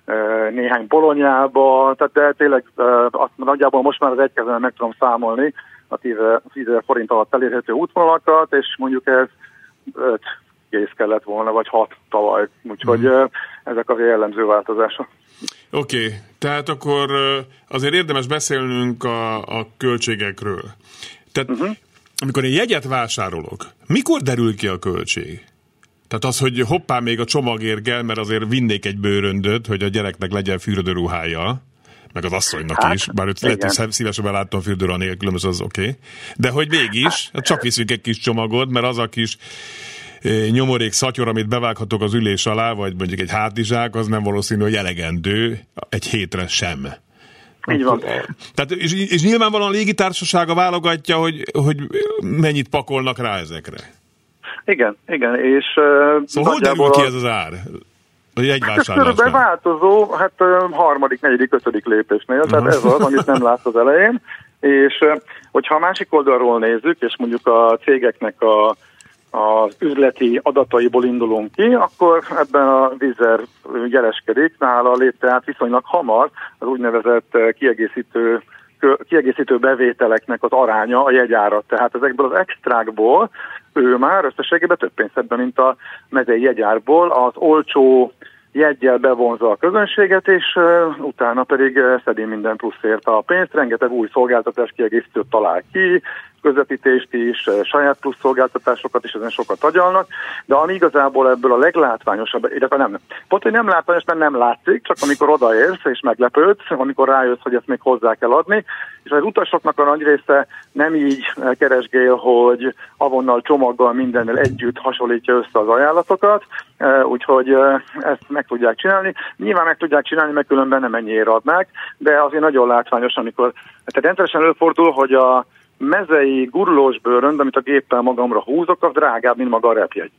néhány Bolonyába, tehát tényleg nagyjából most már az egy kezben meg tudom számolni a 10 000 forint alatt elérhető útvonalakat, és mondjuk ez 5 kész kellett volna, vagy 6 tavaly. Úgyhogy ezek az jellemző változások. Oké, tehát akkor azért érdemes beszélnünk a költségekről. Tehát amikor én jegyet vásárolok, mikor derül ki a költség? Tehát az, hogy hoppá, még a csomagért kell, mert azért vinnék egy bőröndöt, hogy a gyereknek legyen fürdőruhája, meg az asszonynak is, bár őt lehet, hogy szívesebben láttam fürdőruha nélkül, az oké. De hogy mégis, csak viszünk egy kis csomagot, mert az a kis nyomorék szatyor, amit bevághatok az ülés alá, vagy mondjuk egy hátizsák, az nem valószínű, hogy elegendő egy hétre sem. Így van. Tehát, és nyilvánvalóan a légitársasága válogatja, hogy mennyit pakolnak rá ezekre. Igen, és... Szóval hol derül ki ez az ár? Ez körülbelül változó, harmadik, negyedik, 5. lépésnél, tehát ez az, amit nem látsz az elején, és hogyha a másik oldalról nézzük, és mondjuk a cégeknek az üzleti adataiból indulunk ki, akkor ebben a Wizz jeleskedik, nála lép tehát viszonylag hamar az úgynevezett kiegészítő bevételeknek az aránya a jegyárat. Tehát ezekből az extrákból ő már összességében több pénzt ebben, mint a mezei jegyárból, az olcsó jeggyel bevonza a közönséget, és utána pedig szedi minden pluszért a pénzt, rengeteg új szolgáltatás kiegészítőt talál ki, közvetítést is, saját plusz szolgáltatásokat is, ezen sokat agyalnak, de ami igazából ebből a leglátványosabb, illetve nem. Pont, hogy nem látványos, mert nem látszik, csak amikor odaérsz és meglepődsz, amikor rájössz, hogy ezt még hozzá kell adni, és az utasoknak a nagy része nem így keresgél, hogy avonnal csomaggal mindennel együtt hasonlítja össze az ajánlatokat, úgyhogy ezt meg tudják csinálni. Nyilván meg tudják csinálni, mert különben nem ennyiért adnák, de azért nagyon látványos, amikor, tehát rendszeresen előfordul, hogy a mezei gurulós bőrönd, amit a géppel magamra húzok, az drágább, mint maga a repjegy.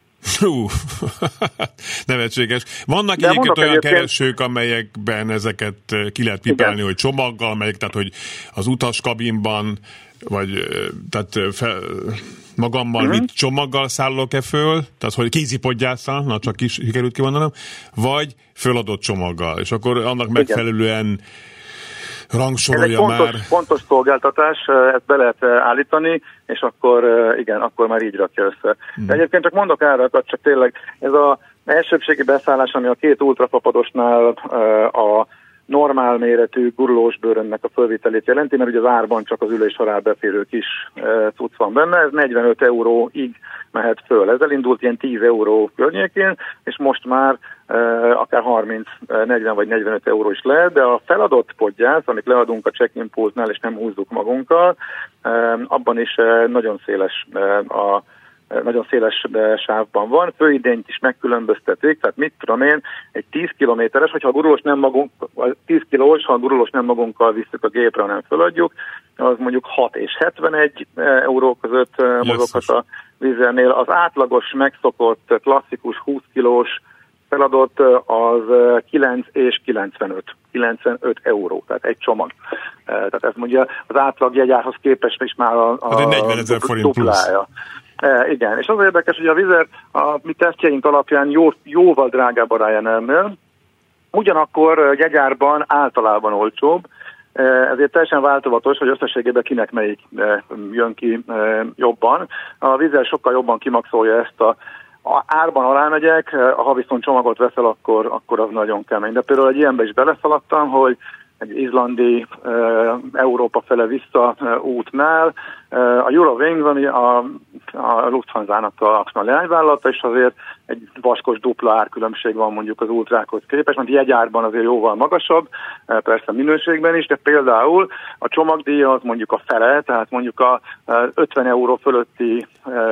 Nevetséges. Vannak egyébként olyan keresők, amelyekben ezeket ki lehet pipálni, hogy csomaggal megyek, tehát hogy az utaskabinban, vagy tehát magammal mit csomaggal szállok-e föl, tehát hogy kézipodgyásszal, na csak is sikerült kimondanom, vagy föladott csomaggal, és akkor annak megfelelően rangsorolja már. Ez egy fontos szolgáltatás, ezt be lehet állítani, és akkor igen, akkor már így rakja össze. De egyébként csak mondok árakat, csak tényleg ez az elsőbbségi beszállás, ami a két ultrafapadosnál a normál méretű gurulós bőrönnek a fölvételét jelenti, mert ugye az árban csak az ülés alá beférő kis cucc van benne, ez 45 euróig mehet föl. Ez elindult ilyen 10 euró környékén, és most már akár 30, 40 vagy 45 euró is lehet, de a feladott podgyász, amit leadunk a check-in pultnál, és nem húzzuk magunkkal, abban is nagyon széles sávban van, főidényt is megkülönböztetik, tehát mit tudom én, egy 10 kilométeres, hogyha a gurulós nem magunk, 10 kilós, ha a gurulós nem magunkkal visszük a gépre, hanem föladjuk, az mondjuk 6 és 71 euró között mozoghat a vízernél. Az átlagos, megszokott, klasszikus 20 kilós feladott az 9 és 95 euró, tehát egy csomag. Tehát ez mondja az átlag jegyárhoz képest is már a 40 000 forint duplája. Igen, és az érdekes, hogy a Wizz Air a mi tesztjeink alapján jóval drágább a Ryanairnél, ugyanakkor jegyárban általában olcsóbb, ezért teljesen változatos, hogy összességében kinek melyik jön ki jobban. A Wizz Air sokkal jobban kimaxolja ezt a árban alá-megyek, ha viszont csomagot veszel, akkor az nagyon kemény. De például egy ilyenbe is beleszaladtam, hogy egy izlandi Európa fele vissza útnál a Eurowings, ami a Lufthansa-nak a leányvállalata, és azért egy vaskos dupla árkülönbség van mondjuk az ultrákhoz képest, mert jegyárban azért jóval magasabb, persze minőségben is, de például a csomagdíja az mondjuk a fele, tehát mondjuk a 50 euró fölötti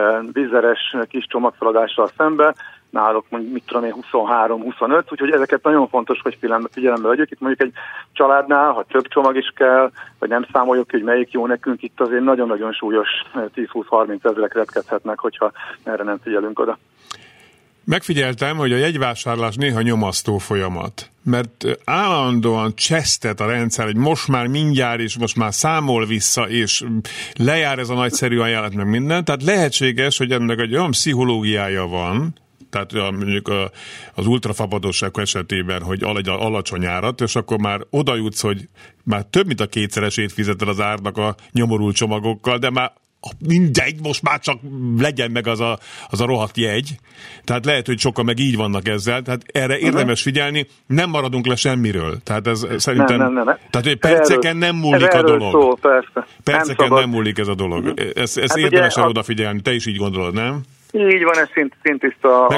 vízeres kis csomagfeladással szemben náluk mondjuk, mit tudom én, 23-25, úgyhogy ezeket nagyon fontos, hogy figyelembe vegyük. Itt mondjuk egy családnál, ha több csomag is kell, vagy nem számoljuk ki, hogy melyik jó nekünk, itt azért nagyon-nagyon súlyos 10-20-30 ezrek repkedhetnek, hogyha erre nem figyelünk oda. Megfigyeltem, hogy a jegyvásárlás néha nyomasztó folyamat, mert állandóan csesztet a rendszer, hogy most már mindjárt, és most már számol vissza, és lejár ez a nagyszerű ajánlat, meg minden. Tehát lehetséges, hogy ennek egy olyan pszichológiája van, tehát mondjuk az ultrafapadosság esetében, hogy alacsony árat, és akkor már oda jutsz, hogy már több mint a kétszeresét fizeted az árnak a nyomorult csomagokkal, de már mindegy, most már csak legyen meg az a rohadt jegy. Tehát lehet, hogy sokan meg így vannak ezzel, tehát erre érdemes figyelni, nem maradunk le semmiről. Tehát ez szerintem... Nem. Tehát, hogy perceken nem múlik a dolog. Szó, persze. Perceken nem múlik ez a dolog. Ez érdemes odafigyelni, te is így gondolod, nem? Így van, ez szintiszta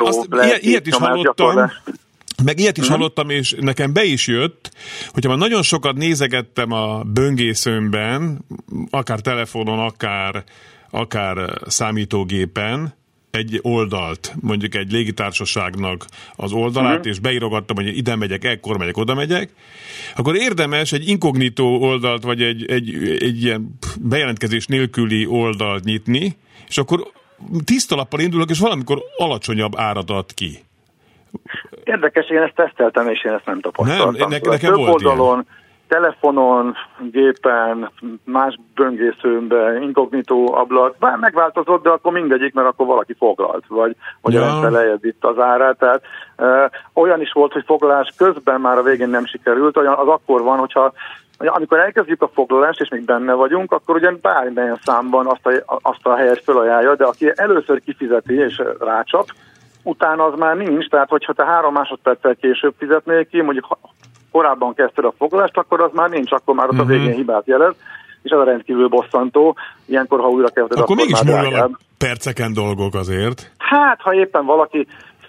ilyet is hallottam, meg ilyet is hallottam, és nekem be is jött, hogyha már nagyon sokat nézegettem a böngészőmben, akár telefonon, akár számítógépen, egy oldalt, mondjuk egy légitársaságnak az oldalát, és beírogattam, hogy ide megyek, ekkor megyek, oda megyek, akkor érdemes egy inkognitó oldalt, vagy egy ilyen bejelentkezés nélküli oldalt nyitni, és akkor tiszta lappal indulok, és valamikor alacsonyabb árat ad ki. Érdekes, én ezt teszteltem, és én ezt nem tapasztaltam. Nekem volt oldalon, ilyen. Telefonon, gépen, más böngészőmben, inkognitó ablak, bár megváltozott, de akkor mindegyik, mert akkor valaki foglalt, vagy a rendszer lejjebb itt az árát. Tehát olyan is volt, hogy foglalás közben már a végén nem sikerült, az akkor van, hogyha amikor elkezdjük a foglalást, és még benne vagyunk, akkor ugye bármilyen számban azt a helyet felajánlja, de aki először kifizeti és rácsap, utána az már nincs, tehát hogyha te 3 másodperccel később fizetnél ki, mondjuk korábban kezdted a foglalást, akkor az már nincs, akkor már ott a végén hibát jelez, és ez a rendkívül bosszantó. Ilyenkor, ha újra kezded, akkor mégis múljanak perceken dolgok azért. Hát, ha éppen valaki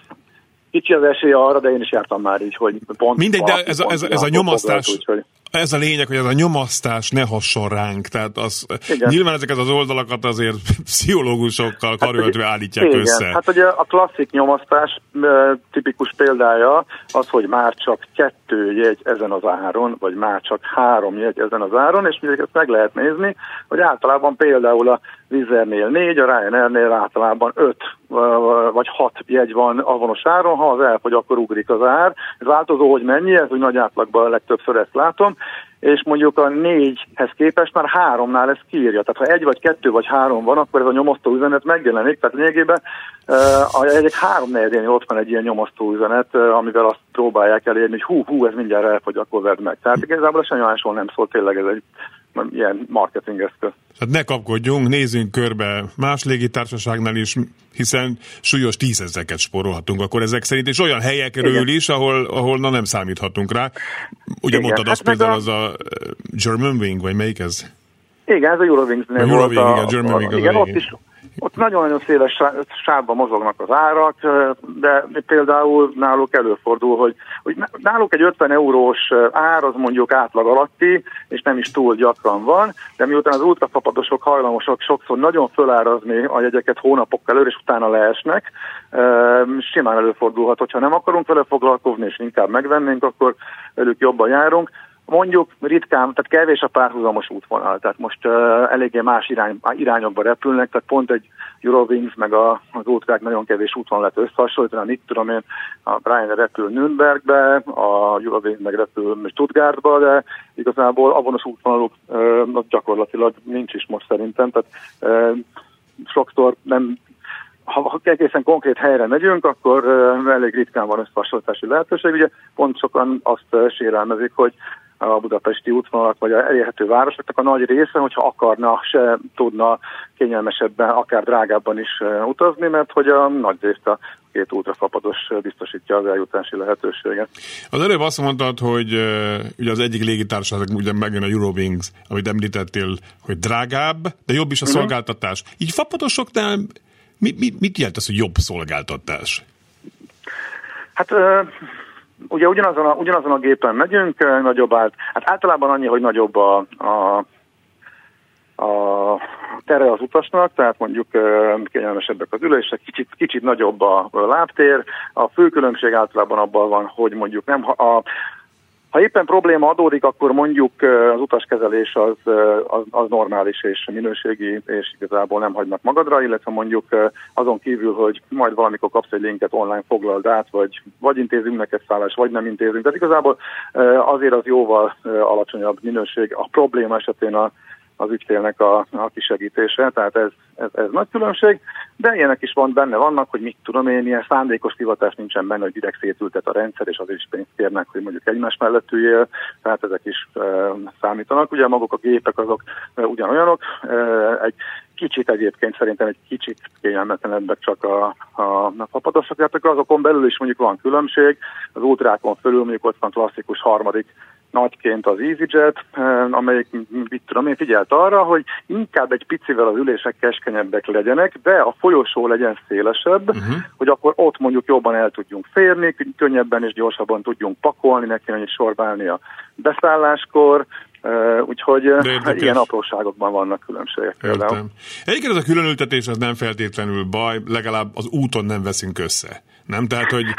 kicsi az esélye arra, de én is jártam már így, hogy pont... Mindegy, de ez a nyomasztás, ez a lényeg, hogy ez a nyomasztás ne hasson ránk, tehát nyilván ezeket az oldalakat azért pszichológusokkal karöltve állítják össze. Hát ugye a klasszik nyomasztás tipikus példája az, hogy már csak 2 jegy ezen az áron, vagy már csak 3 jegy ezen az áron, és mindegy, ezt meg lehet nézni, hogy általában például a Wizzairnél 4, a Ryanairnél általában 5 vagy 6 jegy van azonos áron, ha az elfogy, akkor ugrik az ár. Ez változó, hogy mennyi, ez úgy nagy átlagban legtöbbször ezt látom, és mondjuk a 4-hez képest már 3-nál ez kiírja. Tehát ha 1 vagy 2 vagy 3 van, akkor ez a nyomasztó üzenet megjelenik. Tehát lényegében a jegyek 3/4-én ott van egy ilyen nyomasztó üzenet, amivel azt próbálják elérni, hogy hú, ez mindjárt elfogy, akkor vedd meg. Tehát igazából a senyomásról nem szól, tényleg ez egy ilyen marketing eszköz. Hát ne kapkodjunk, nézzünk körbe más légitársaságnál is, hiszen súlyos 10 000-eket spórolhatunk akkor ezek szerint, és olyan helyekről is, ahol nem számíthatunk rá. Ugye igen, mondtad azt például az a Germanwings, vagy melyik ez? Igen, ez a Eurowings-nél volt. A Germanwings. Igen, ott nagyon-nagyon széles sávban mozognak az árak, de például náluk előfordul, hogy náluk egy 50 eurós ár az mondjuk átlag alatti, és nem is túl gyakran van, de miután az ultrafapadosok hajlamosak sokszor nagyon fölárazni a jegyeket hónapokkal előre, és utána leesnek, simán előfordulhat, hogyha nem akarunk vele foglalkozni, és inkább megvennénk, akkor velük jobban járunk. Mondjuk ritkán, tehát kevés a párhuzamos útvonal, tehát most eléggé más irányokba repülnek, tehát pont egy Eurowings meg az ultrák nagyon kevés útvonal lehet összehasonlítani, mit tudom én, a Ryanair repül Nürnbergbe, a Eurowings meg repül Stuttgartba, de igazából avonos útvonaluk gyakorlatilag nincs is most szerintem, tehát sokszor nem. Ha egészen konkrét helyre megyünk, akkor elég ritkán van összehasonlítási lehetőség. Ugye pont sokan azt sérelmezik, hogy a budapesti útvonalak, vagy a elérhető városoknak a nagy része, hogyha akarna, se tudna kényelmesebben, akár drágábban is utazni, mert hogy a nagy részt a 2 ultrafapados biztosítja az eljutási lehetőséget. Az előbb azt mondtad, hogy ugye az egyik légitársaság, ugye megjön a Eurowings, amit említettél, hogy drágább, de jobb is a szolgáltatás. Így fapadosoknál mit jelent az, hogy jobb szolgáltatás? Hát ugye ugyanazon a gépen megyünk, nagyobb hát általában annyi, hogy nagyobb a tere az utasnak, tehát mondjuk kényelmesebbek az ülések, kicsit nagyobb a lábtér. A fő különbség általában abban van, hogy mondjuk nem ha éppen probléma adódik, akkor mondjuk az utaskezelés az normális és minőségi, és igazából nem hagynak magadra, illetve mondjuk azon kívül, hogy majd valamikor kapsz egy linket, online foglald át, vagy intézünk neked szállást, vagy nem intézünk. Tehát igazából azért az jóval alacsonyabb minőség. A probléma esetén az ügyfélnek a kisegítése, tehát ez nagy különbség, de ilyenek is benne vannak, hogy mit tudom én, ilyen szándékos hivatás nincsen benne, hogy direkt szétültet a rendszer, és azért is pénzt kérnek, hogy mondjuk egymás mellett üljél, tehát ezek is számítanak. Ugye maguk a gépek azok ugyanolyanok, egy kicsit egyébként szerintem egy kicsit kényelmetlenebbek csak a fapadosok, tehát azokon belül is mondjuk van különbség, az ultrákon fölül mondjuk ott van klasszikus harmadik nagyként az EasyJet, amelyik, mit tudom én, figyelt arra, hogy inkább egy picivel az ülések keskenyebbek legyenek, de a folyosó legyen szélesebb, hogy akkor ott mondjuk jobban el tudjunk férni, könnyebben és gyorsabban tudjunk pakolni, ne kelljen sorbálni a beszálláskor, úgyhogy ilyen apróságokban vannak különbségek például. Egyébként ez a különültetés az nem feltétlenül baj, legalább az úton nem veszünk össze. Nem? Tehát, hogy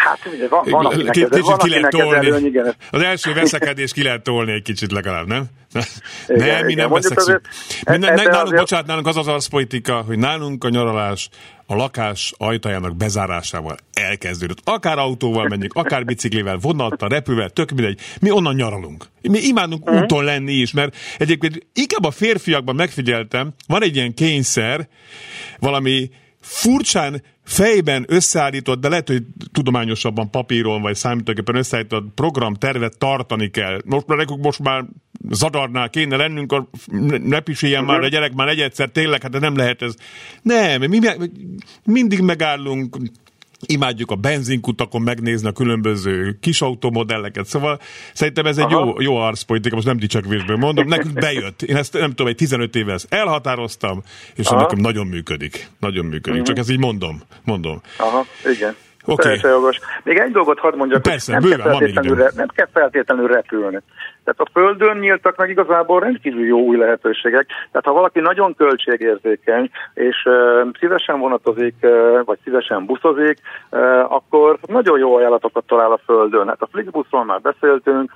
kicsit ki lehet tolni. Az első veszekedés ki lehet tolni egy kicsit legalább, nem? Nem, mi nem veszekszünk. Nálunk az arszpolitika, hogy nálunk a nyaralás a lakás ajtajának bezárásával elkezdődött. Akár autóval menjünk, akár biciklivel, vonattal, repülvel, tök mindegy. Mi onnan nyaralunk. Mi imádunk úton lenni is, mert egyébként inkább a férfiakban megfigyeltem, van egy ilyen kényszer, valami furcsán fejben összeállított, de lehet, hogy tudományosabban papíron vagy számítógépen összeállított programtervet tartani kell. Most már zadarnál kéne lennünk, ne pisiljen már a gyerek már egyszer, tényleg, hát nem lehet ez. Nem, mi mindig megállunk, imádjuk a benzinkutakon megnézni a különböző kis automodelleket, szóval szerintem ez egy jó arcpolitika, most nem dicsakvésből mondom, nekünk bejött. Én ezt nem tudom, egy 15 éve ezt elhatároztam, és nekem nagyon működik. Nagyon működik, csak ezt így mondom. Aha, igen. Okay. Jogos. Még egy dolgot hadd mondjak, persze, hogy nem kell feltétlenül repülni. Tehát a Földön nyíltak meg igazából rendkívül jó új lehetőségek. Tehát ha valaki nagyon költségérzékeny, és szívesen vonatozik, vagy szívesen buszozik, akkor nagyon jó ajánlatokat talál a Földön. Hát a Flixbuszról már beszéltünk,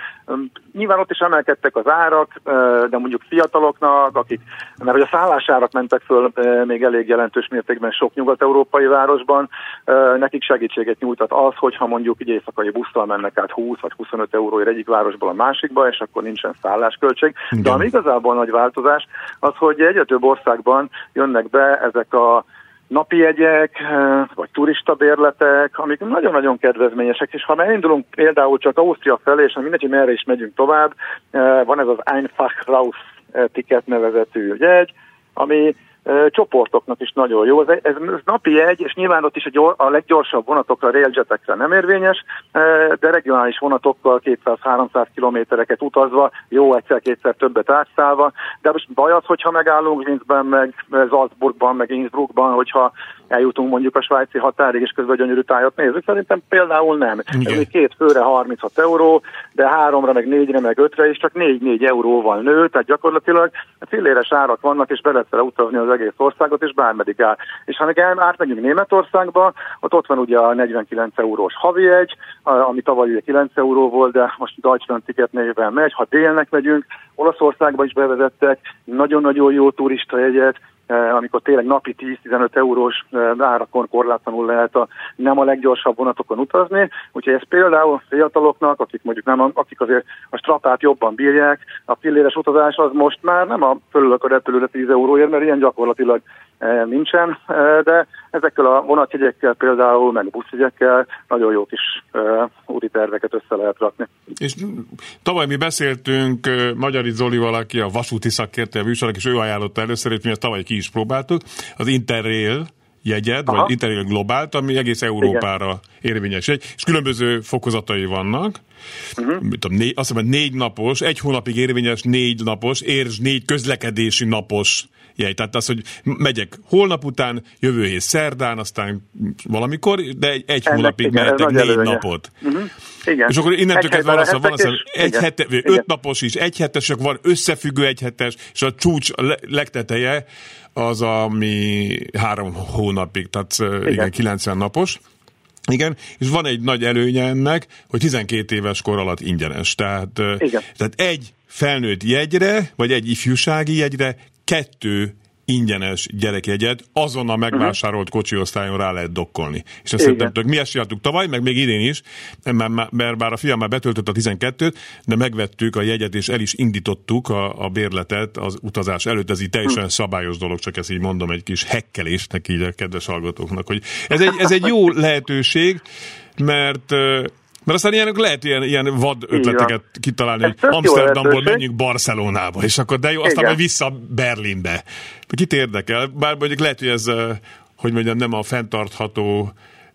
nyilván ott is emelkedtek az árak, de mondjuk fiataloknak, mert hogy a szállásárak mentek föl még elég jelentős mértékben sok nyugat-európai városban, nekik segítséget nyújtat az, hogyha mondjuk éjszakai busszal mennek át 20 vagy 25 euróért egyik városból a másikba, és akkor nincsen szállásköltség. De ami igazából nagy változás, az, hogy egyre több országban jönnek be ezek a napi jegyek, vagy turistabérletek, amik nagyon-nagyon kedvezményesek, és ha elindulunk például csak Ausztria felé, és mindegy, hogy merre is megyünk tovább, van ez az Einfach Raus ticket nevezetű jegy, ami csoportoknak is nagyon jó. Ez napi jegy, és nyilván ott is a leggyorsabb vonatokra, railjetekre nem érvényes, de regionális vonatokkal 200-300 kilométereket utazva, jó egyszer-kétszer többet átszállva, de most baj az, hogyha megállunk Linzben, meg Salzburgban, meg Innsbruckban, hogyha eljutunk mondjuk a svájci határig, és közben gyönyörű tájat nézzük, szerintem például nem. Ez 2 főre 36 euró, de 3-ra, meg 4-re, meg 5-re is csak 4 euróval nő, tehát gyakorlatilag filléres árak vannak, és be lehet vele utazni az egész országot, és bármeddig áll. És ha meg átmegyünk Németországba, ott van ugye a 49 eurós havijegy, ami tavaly ugye 9 euró volt, de most Deutschland Ticket néven megy. Ha délnek megyünk, Olaszországba is bevezettek nagyon-nagyon jó turista-jegyet, amikor tényleg napi 10-15 eurós árakon korlátlanul lehet nem a leggyorsabb vonatokon utazni. Úgyhogy ez például fiataloknak, akik mondjuk akik azért a strapát jobban bírják, a filléres utazás az most már nem a fölülök a repülőre 10 euróért, mert ilyen gyakorlatilag nincsen, de ezekkel a vonatjegyekkel például, meg buszjegyekkel nagyon jó kis úti terveket össze lehet rakni. És tavaly mi beszéltünk Magyari Zolival, aki a vasúti szakértője a műsornak, és ő ajánlotta először, hogy mi ezt tavaly ki is próbáltuk, az Interrail jegyed, vagy Interrail Globált, ami egész Európára érvényes jegy, és különböző fokozatai vannak. Azt hiszem, 4 napos, 1 hónapig érvényes 4 napos, 4 közlekedési napos jegy. Tehát az, hogy megyek holnap után, jövő hét szerdán, aztán valamikor, de egy hónapig mehetek 4 napot. Igen. És akkor innentől kezdve van az 5 napos is, 1 hetes, csak van összefüggő 1 hetes, és a csúcs legteteje az, ami 3 hónapig, tehát igen, 90 napos. Igen, és van egy nagy előnye ennek, hogy 12 éves kor alatt ingyenes. Tehát egy felnőtt jegyre, vagy egy ifjúsági jegyre 2 ingyenes gyerekjegyet azonnal megvásárolt kocsiosztályon rá lehet dokkolni. És ezt szerintem mi ezt csináltuk tavaly, meg még idén is, mert bár a fiam már betöltött a 12-t, de megvettük a jegyet, és el is indítottuk a bérletet az utazás előtt. Ez így teljesen szabályos dolog, csak ezt így mondom, egy kis hekkelésnek így a kedves hallgatóknak, hogy ez egy jó lehetőség, mert aztán lehet ilyen vad ötleteket kitalálni, hogy Amsterdamból menjünk Barcelonába, és akkor de jó, aztán majd vissza Berlinbe. Kit érdekel? Bár mondjuk lehet, hogy ez, hogy mondjam, nem a fenntartható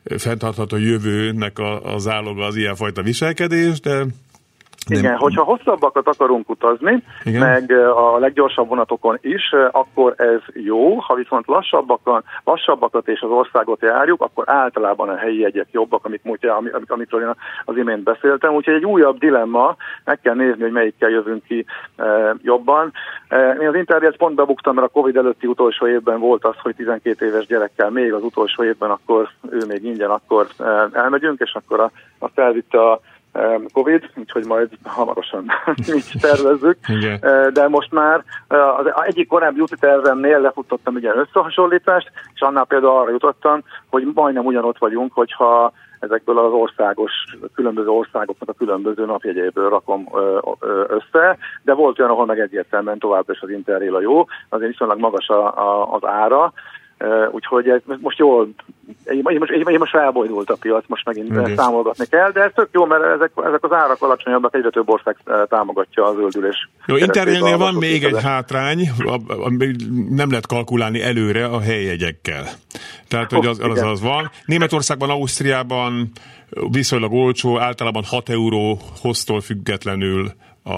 jövőnek az áloga az ilyenfajta viselkedés, de... Igen, hogyha hosszabbakat akarunk utazni, meg a leggyorsabb vonatokon is, akkor ez jó. Ha viszont lassabbakat és az országot járjuk, akkor általában a helyi jegyek jobbak, amikről én az imént beszéltem. Úgyhogy egy újabb dilemma, meg kell nézni, hogy melyikkel jövünk ki jobban. Én az Interrailt pont bebuktam, mert a Covid előtti utolsó évben volt az, hogy 12 éves gyerekkel még az utolsó évben, akkor ő még ingyen, akkor elmegyünk, és akkor azt elvitte a Covid, úgyhogy majd hamarosan így tervezzük. De most már az egyik korábbi úti tervemnél lefutottam ilyen összehasonlítást, és annál például arra jutottam, hogy majdnem ugyanott vagyunk, hogyha ezekből az különböző országoknak a különböző napjegyéből rakom össze, de volt olyan, ahol meg egyértelműen továbbra is az Interrail a jó, azért viszonylag magas az ára, Úgyhogy ez most jól, most felbojdult a piac, most megint számolgatni kell, de ez tök jó, mert ezek az árak alacsonyabbak, egyre több ország támogatja az zöldülés. Jó, Interrailnél van még egy hátrány, nem lehet kalkulálni előre a helyjegyekkel. Tehát, hogy az van. Németországban, Ausztriában viszonylag olcsó, általában 6 euró hoztól függetlenül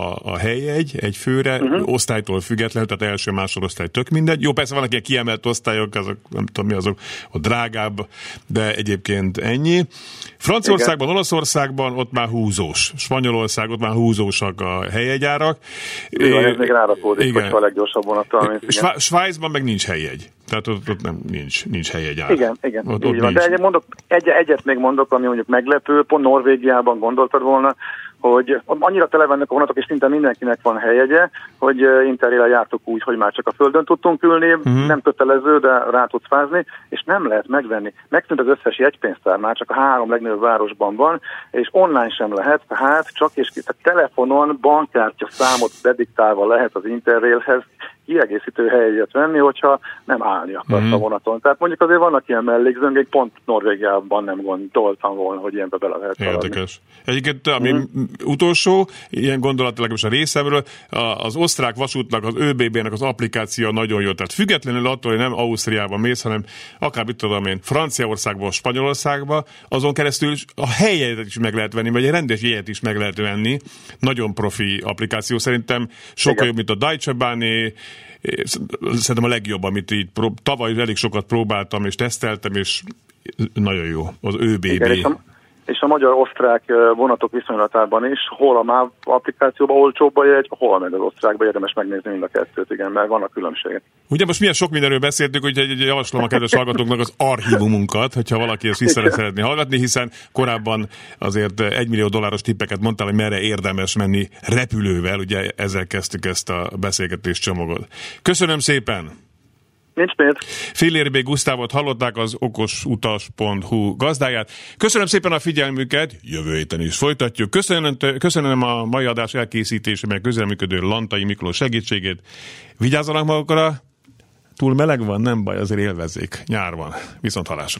a helyjegy egy főre, osztálytól függetlenül, tehát első, másodosztály, tök mindegy. Jó, persze vannak ilyen kiemelt osztályok, azok, nem tudom mi azok, a drágább, de egyébként ennyi. Franciaországban, Olaszországban ott már húzós. Spanyolország, ott már húzósak a helyjegyárak. Igen, ez még rárakódik, hogy a leggyorsabb vonattal. Svájcban meg nincs helyjegy. Tehát ott nem, nincs helyjegy ára. Igen, ott így van. De egyet még mondok, ami mondjuk meglepő, pont Norvégiában gondoltad volna, hogy annyira tele vannak a vonatok, és szinte mindenkinek van helyjegye, hogy Interrail-el jártuk úgy, hogy már csak a földön tudtunk ülni, nem kötelező, de rá tudsz fázni, és nem lehet megvenni. Megszűnt az összes jegypénztár, már csak a 3 legnagyobb városban van, és online sem lehet, tehát csak és a telefonon bankkártya számot dediktálva lehet az Interrailhez kiegészítő helyet venni, hogyha nem állni akarsz a vonaton. Tehát mondjuk azért vannak ilyen mellékzöngék, pont Norvégiában nem gondoltam volna, hogy ilyenbe bele lehet szaladni. Érdekes. Egyébként, ami utolsó, ilyen gondolatilag is a részemről, az osztrák vasútnak, az ÖBB-nek az applikáció nagyon jó. Tehát függetlenül attól, hogy nem Ausztriában mész, hanem akár mit tudom én, Franciaországban, Spanyolországban, azon keresztül a helyet is meg lehet venni, vagy egy rendes jegyet is meg lehet venni. Nagyon profi applikáció. Szerintem sokkal jobb, mint a Deutsche Bahn-é. Szerintem a legjobb, amit így tavaly elég sokat próbáltam és teszteltem, és nagyon jó az ÖBB. Igen, és a magyar-osztrák vonatok viszonylatában is, hol a MÁV applikációban olcsóbb a jegy, hol meg az osztrákban, érdemes megnézni mind a kettőt, igen, mert vannak különbségek. Ugye most milyen sok mindenről beszéltünk, úgyhogy javaslom a kedves hallgatóknak az archívumunkat, hogyha valaki ezt vissza szeretné hallgatni, hiszen korábban azért $1 millió tippeket mondtál, hogy merre érdemes menni repülővel, ugye ezzel kezdtük ezt a beszélgetés csomagot. Köszönöm szépen! Nincs miért. Fillér B. Gusztávot hallották, az okosutas.hu gazdáját. Köszönöm szépen a figyelmüket, jövő héten is folytatjuk. Köszönöm a mai adás elkészítésében közreműködő Lantai Miklós segítségét. Vigyázzanak magukra, túl meleg van, nem baj, azért élvezzék. Nyár van. Viszont hallásra.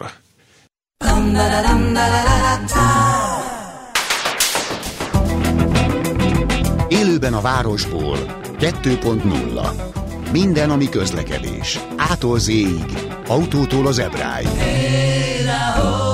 Élőben a városból 2.0. Minden, ami közlekedés. A-tól Z-ig, autótól az Ebráig.